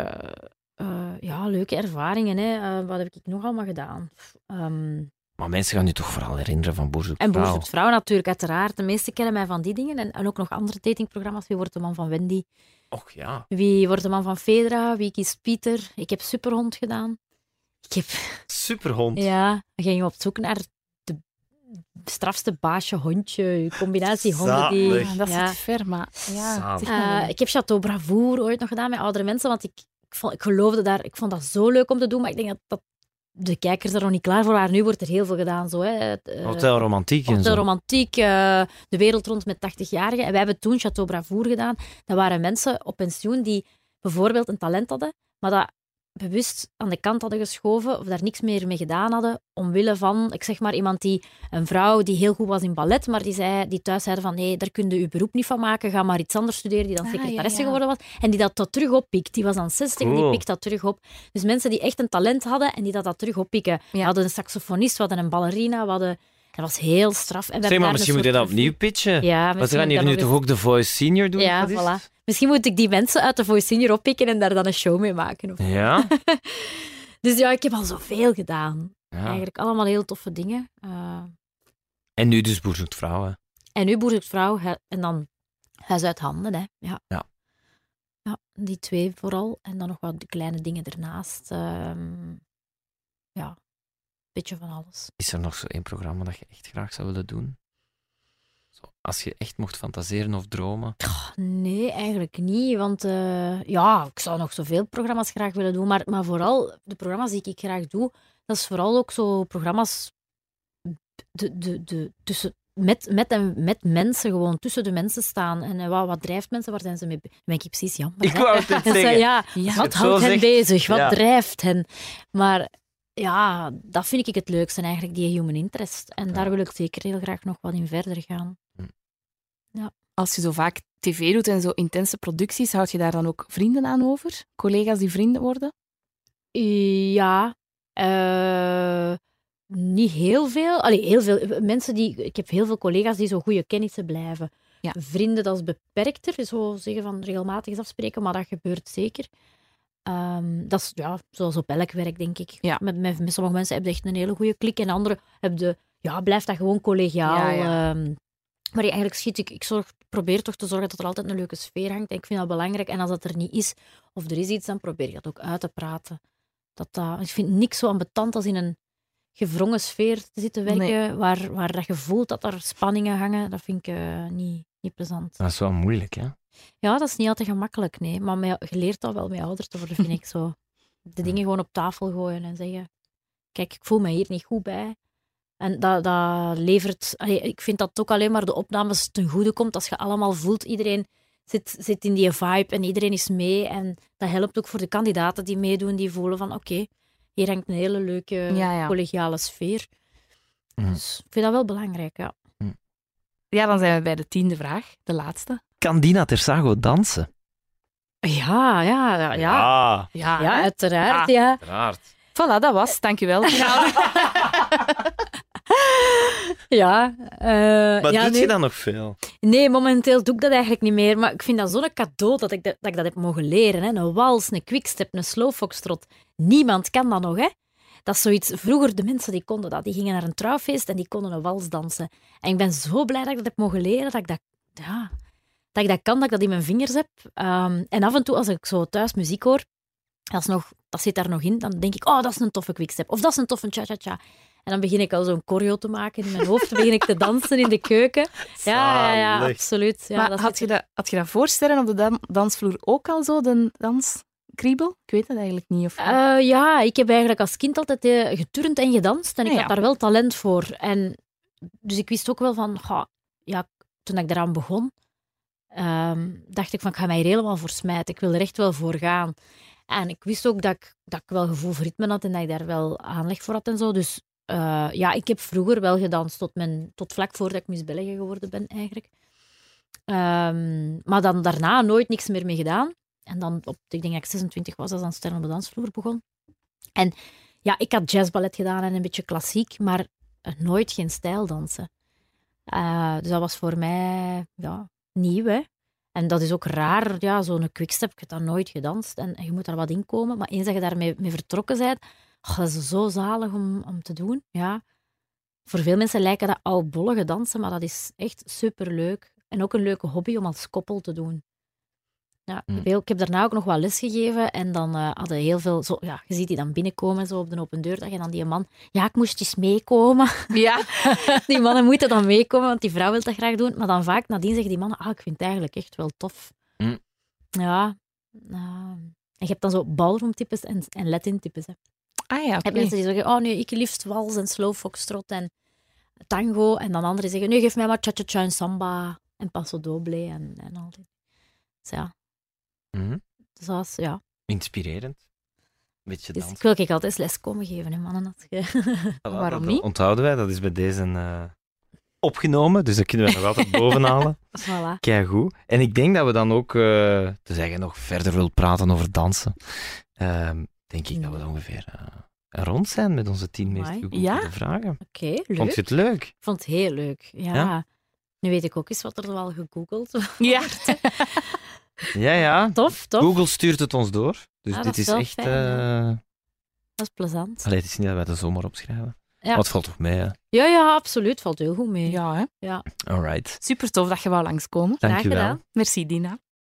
leuke ervaringen. Hè. Wat heb ik nog allemaal gedaan? Maar mensen gaan je toch vooral herinneren van Boer zoekt En Boer vrouw. zoekt vrouw natuurlijk, uiteraard. De meesten kennen mij van die dingen. En ook nog andere datingprogramma's. Wie wordt de man van Wendy? Och ja. Wie wordt de man van Fedra? Wie kiest Pieter? Ik heb Superhond gedaan. Superhond. Ja, dan ging je op zoek naar de strafste baasje hondje. Combinatie honden die... Zalig. Ja, dat ja. zit ver, maar... Ja, Zalig. zeg maar wel. Ik heb Chateau Bravour ooit nog gedaan met oudere mensen, want ik geloofde daar... Ik vond dat zo leuk om te doen, maar ik denk dat de kijkers er nog niet klaar voor waren. Nu wordt er heel veel gedaan. Zo, hè. Hotel Romantiek en Hotel zo. Romantiek, de wereld rond met 80-jarigen. En wij hebben toen Chateau Bravour gedaan. Dat waren mensen op pensioen die bijvoorbeeld een talent hadden, maar dat bewust aan de kant hadden geschoven of daar niks meer mee gedaan hadden, omwille van, ik zeg maar, een vrouw die heel goed was in ballet, maar die thuis zeiden van, nee, daar kun je je beroep niet van maken, ga maar iets anders studeren, die dan secretaresse geworden was, en die dat terug oppikt. Die was dan 60 en die Cool. pikt dat terug op. Dus mensen die echt een talent hadden en die dat terug oppikken. We hadden een saxofonist, we hadden een ballerina, dat was heel straf. En we Zeg hebben maar, daar misschien een moet je dat soort opnieuw pitchen. Ja, Want we misschien gaan moet hier ik nu dat toch nog ook de Voice Senior doen? ja, Wat is het? voilà. Misschien moet ik die mensen uit de Voice Senior oppikken en daar dan een show mee maken. Of... Ja? Dus ja, ik heb al zoveel gedaan. Ja. Eigenlijk allemaal heel toffe dingen. En nu dus Boer zoekt vrouw, hè? En nu Boer zoekt vrouw en dan Huis uit handen. Hè. Ja. Ja. Ja, die twee vooral. En dan nog wat kleine dingen ernaast. Ja, een beetje van alles. Is er nog zo één programma dat je echt graag zou willen doen? Zo, als je echt mocht fantaseren of dromen. Nee, eigenlijk niet. Want ik zou nog zoveel programma's graag willen doen. Maar vooral de programma's die ik graag doe, dat is vooral ook zo programma's tussen, met mensen, gewoon tussen de mensen staan. En wat drijft mensen? Waar zijn ze mee? Dan ben ik precies jammer. Ik wou het net Dus, zeggen. ja, je wat het zo houdt hen zegt, bezig? Wat ja. drijft hen? Maar ja, dat vind ik het leukste eigenlijk, die human interest. En daar wil ik zeker heel graag nog wat in verder gaan. Als je zo vaak tv doet en zo intense producties, houd je daar dan ook vrienden aan over? Collega's die vrienden worden? Ja, niet heel veel. Allee, heel veel mensen ik heb heel veel collega's die zo goede kennissen blijven. Ja. Vrienden, dat is beperkter. Zo zeggen van regelmatig eens afspreken, maar dat gebeurt zeker. Dat is zoals op elk werk, denk ik. Ja. Met sommige mensen heb je echt een hele goede klik en anderen blijft dat gewoon collegiaal. Ja. Maar eigenlijk ik probeer toch te zorgen dat er altijd een leuke sfeer hangt. En ik vind dat belangrijk. En als dat er niet is, of er is iets, dan probeer ik dat ook uit te praten. Ik vind niks zo ambetant als in een gewrongen sfeer te zitten werken, waar dat je voelt dat er spanningen hangen. Dat vind ik niet plezant. Dat is wel moeilijk, hè? Ja, dat is niet altijd gemakkelijk, nee. Maar je leert dat wel met ouder te worden, vind ik zo. De dingen gewoon op tafel gooien en zeggen, kijk, ik voel me hier niet goed bij. En dat levert... ik vind dat ook alleen maar de opnames ten goede komt als je allemaal voelt, iedereen zit in die vibe en iedereen is mee. En dat helpt ook voor de kandidaten die meedoen, die voelen van oké, hier hangt een hele leuke collegiale sfeer. Dus ik vind dat wel belangrijk, ja. Ja, dan zijn we bij de 10e vraag, de laatste. Kan Dina Tersago dansen? Ja. Ja, uiteraard, ja. Uiteraard. Voilà, dat was. Dank u wel. Ja. Maar ja, doet nee. je dan nog veel? Nee, momenteel doe ik dat eigenlijk niet meer. Maar ik vind dat zo'n cadeau dat ik dat heb mogen leren. Hè. Een wals, een quickstep, een slow foxtrot. Niemand kan dat nog, hè. Dat is zoiets... Vroeger, de mensen die konden dat. Die gingen naar een trouwfeest en die konden een wals dansen. En ik ben zo blij dat ik dat heb mogen leren, dat ik dat kan, dat ik dat in mijn vingers heb. En af en toe, als ik zo thuis muziek hoor, dat zit daar nog in, dan denk ik, oh, dat is een toffe quickstep. Of dat is een toffe cha-cha-cha. En dan begin ik al zo'n choreo te maken in mijn hoofd. Dan begin ik te dansen in de keuken. Ja, Zalig. absoluut. Ja, Maar dat had zit je dat voorstellen op de dansvloer ook al zo, de danskriebel? Ik weet het eigenlijk niet. Of... ja, ik heb eigenlijk als kind altijd geturnd en gedanst. En ik had daar wel talent voor. En dus ik wist ook wel van... toen ik daaraan begon, dacht ik van, ik ga mij hier helemaal voor smijten. Ik wil er echt wel voor gaan. En ik wist ook dat ik wel gevoel voor ritme had en dat ik daar wel aanleg voor had en zo. Dus ik heb vroeger wel gedanst tot vlak voordat ik Miss België geworden ben, eigenlijk. Maar dan daarna nooit niks meer mee gedaan. En dan, ik denk dat ik 26 was, als dan Sterren op de dansvloer begon. En ja, ik had jazzballet gedaan en een beetje klassiek, maar nooit geen stijldansen. Dus dat was voor mij nieuw, hè. En dat is ook raar, ja, zo'n quickstep, ik heb dat nooit gedanst. En je moet daar wat in komen. Maar eens dat je daarmee vertrokken bent, dat is zo zalig om te doen. Ja. Voor veel mensen lijken dat oudbollige dansen, maar dat is echt superleuk. En ook een leuke hobby om als koppel te doen. Ja, ik heb daarna ook nog wat les gegeven en dan hadden heel veel... je ziet die dan binnenkomen zo op de open deurdag en dan die man... Ja, ik moest eens meekomen. Ja. Die mannen moeten dan meekomen, want die vrouw wil dat graag doen. Maar dan vaak nadien zeggen die mannen... ik vind het eigenlijk echt wel tof. Ja. En je hebt dan zo ballroom-types en Latin-types. Hè. Ah ja, En mensen die zeggen... Oh nee, ik liefst wals en slow foxtrot en tango. En dan anderen zeggen... Nee, geef mij maar cha-cha-cha en samba en paso doble en al die... Dus ja. Dus dat was, Inspirerend. Beetje dus dansen. ik wil altijd eens les komen geven, hè, mannen. Waarom dat niet? Onthouden wij, dat is bij deze opgenomen, dus dat kunnen we nog altijd bovenhalen. Voilà. Keigoed. En ik denk dat we dan ook, tenzij je nog verder wilt praten over dansen, denk ik dat we dan ongeveer rond zijn met onze 10 meest Amai. gegoogelde vragen. Oké, leuk. Vond je het leuk? Ik vond het heel leuk. Ja. Nu weet ik ook eens wat er wel gegoogeld Ja. Ja. Tof. Google stuurt het ons door. Dus Ja, dit dat is is wel echt... fijn, Dat is plezant. Allee, het is niet dat wij de zomer opschrijven. Ja. Maar het valt toch mee, hè? Ja, absoluut. Valt heel goed mee. Ja, hè? Alright. Super tof dat je wou langskomen. Dank Graag je wel. gedaan. Merci, Dina.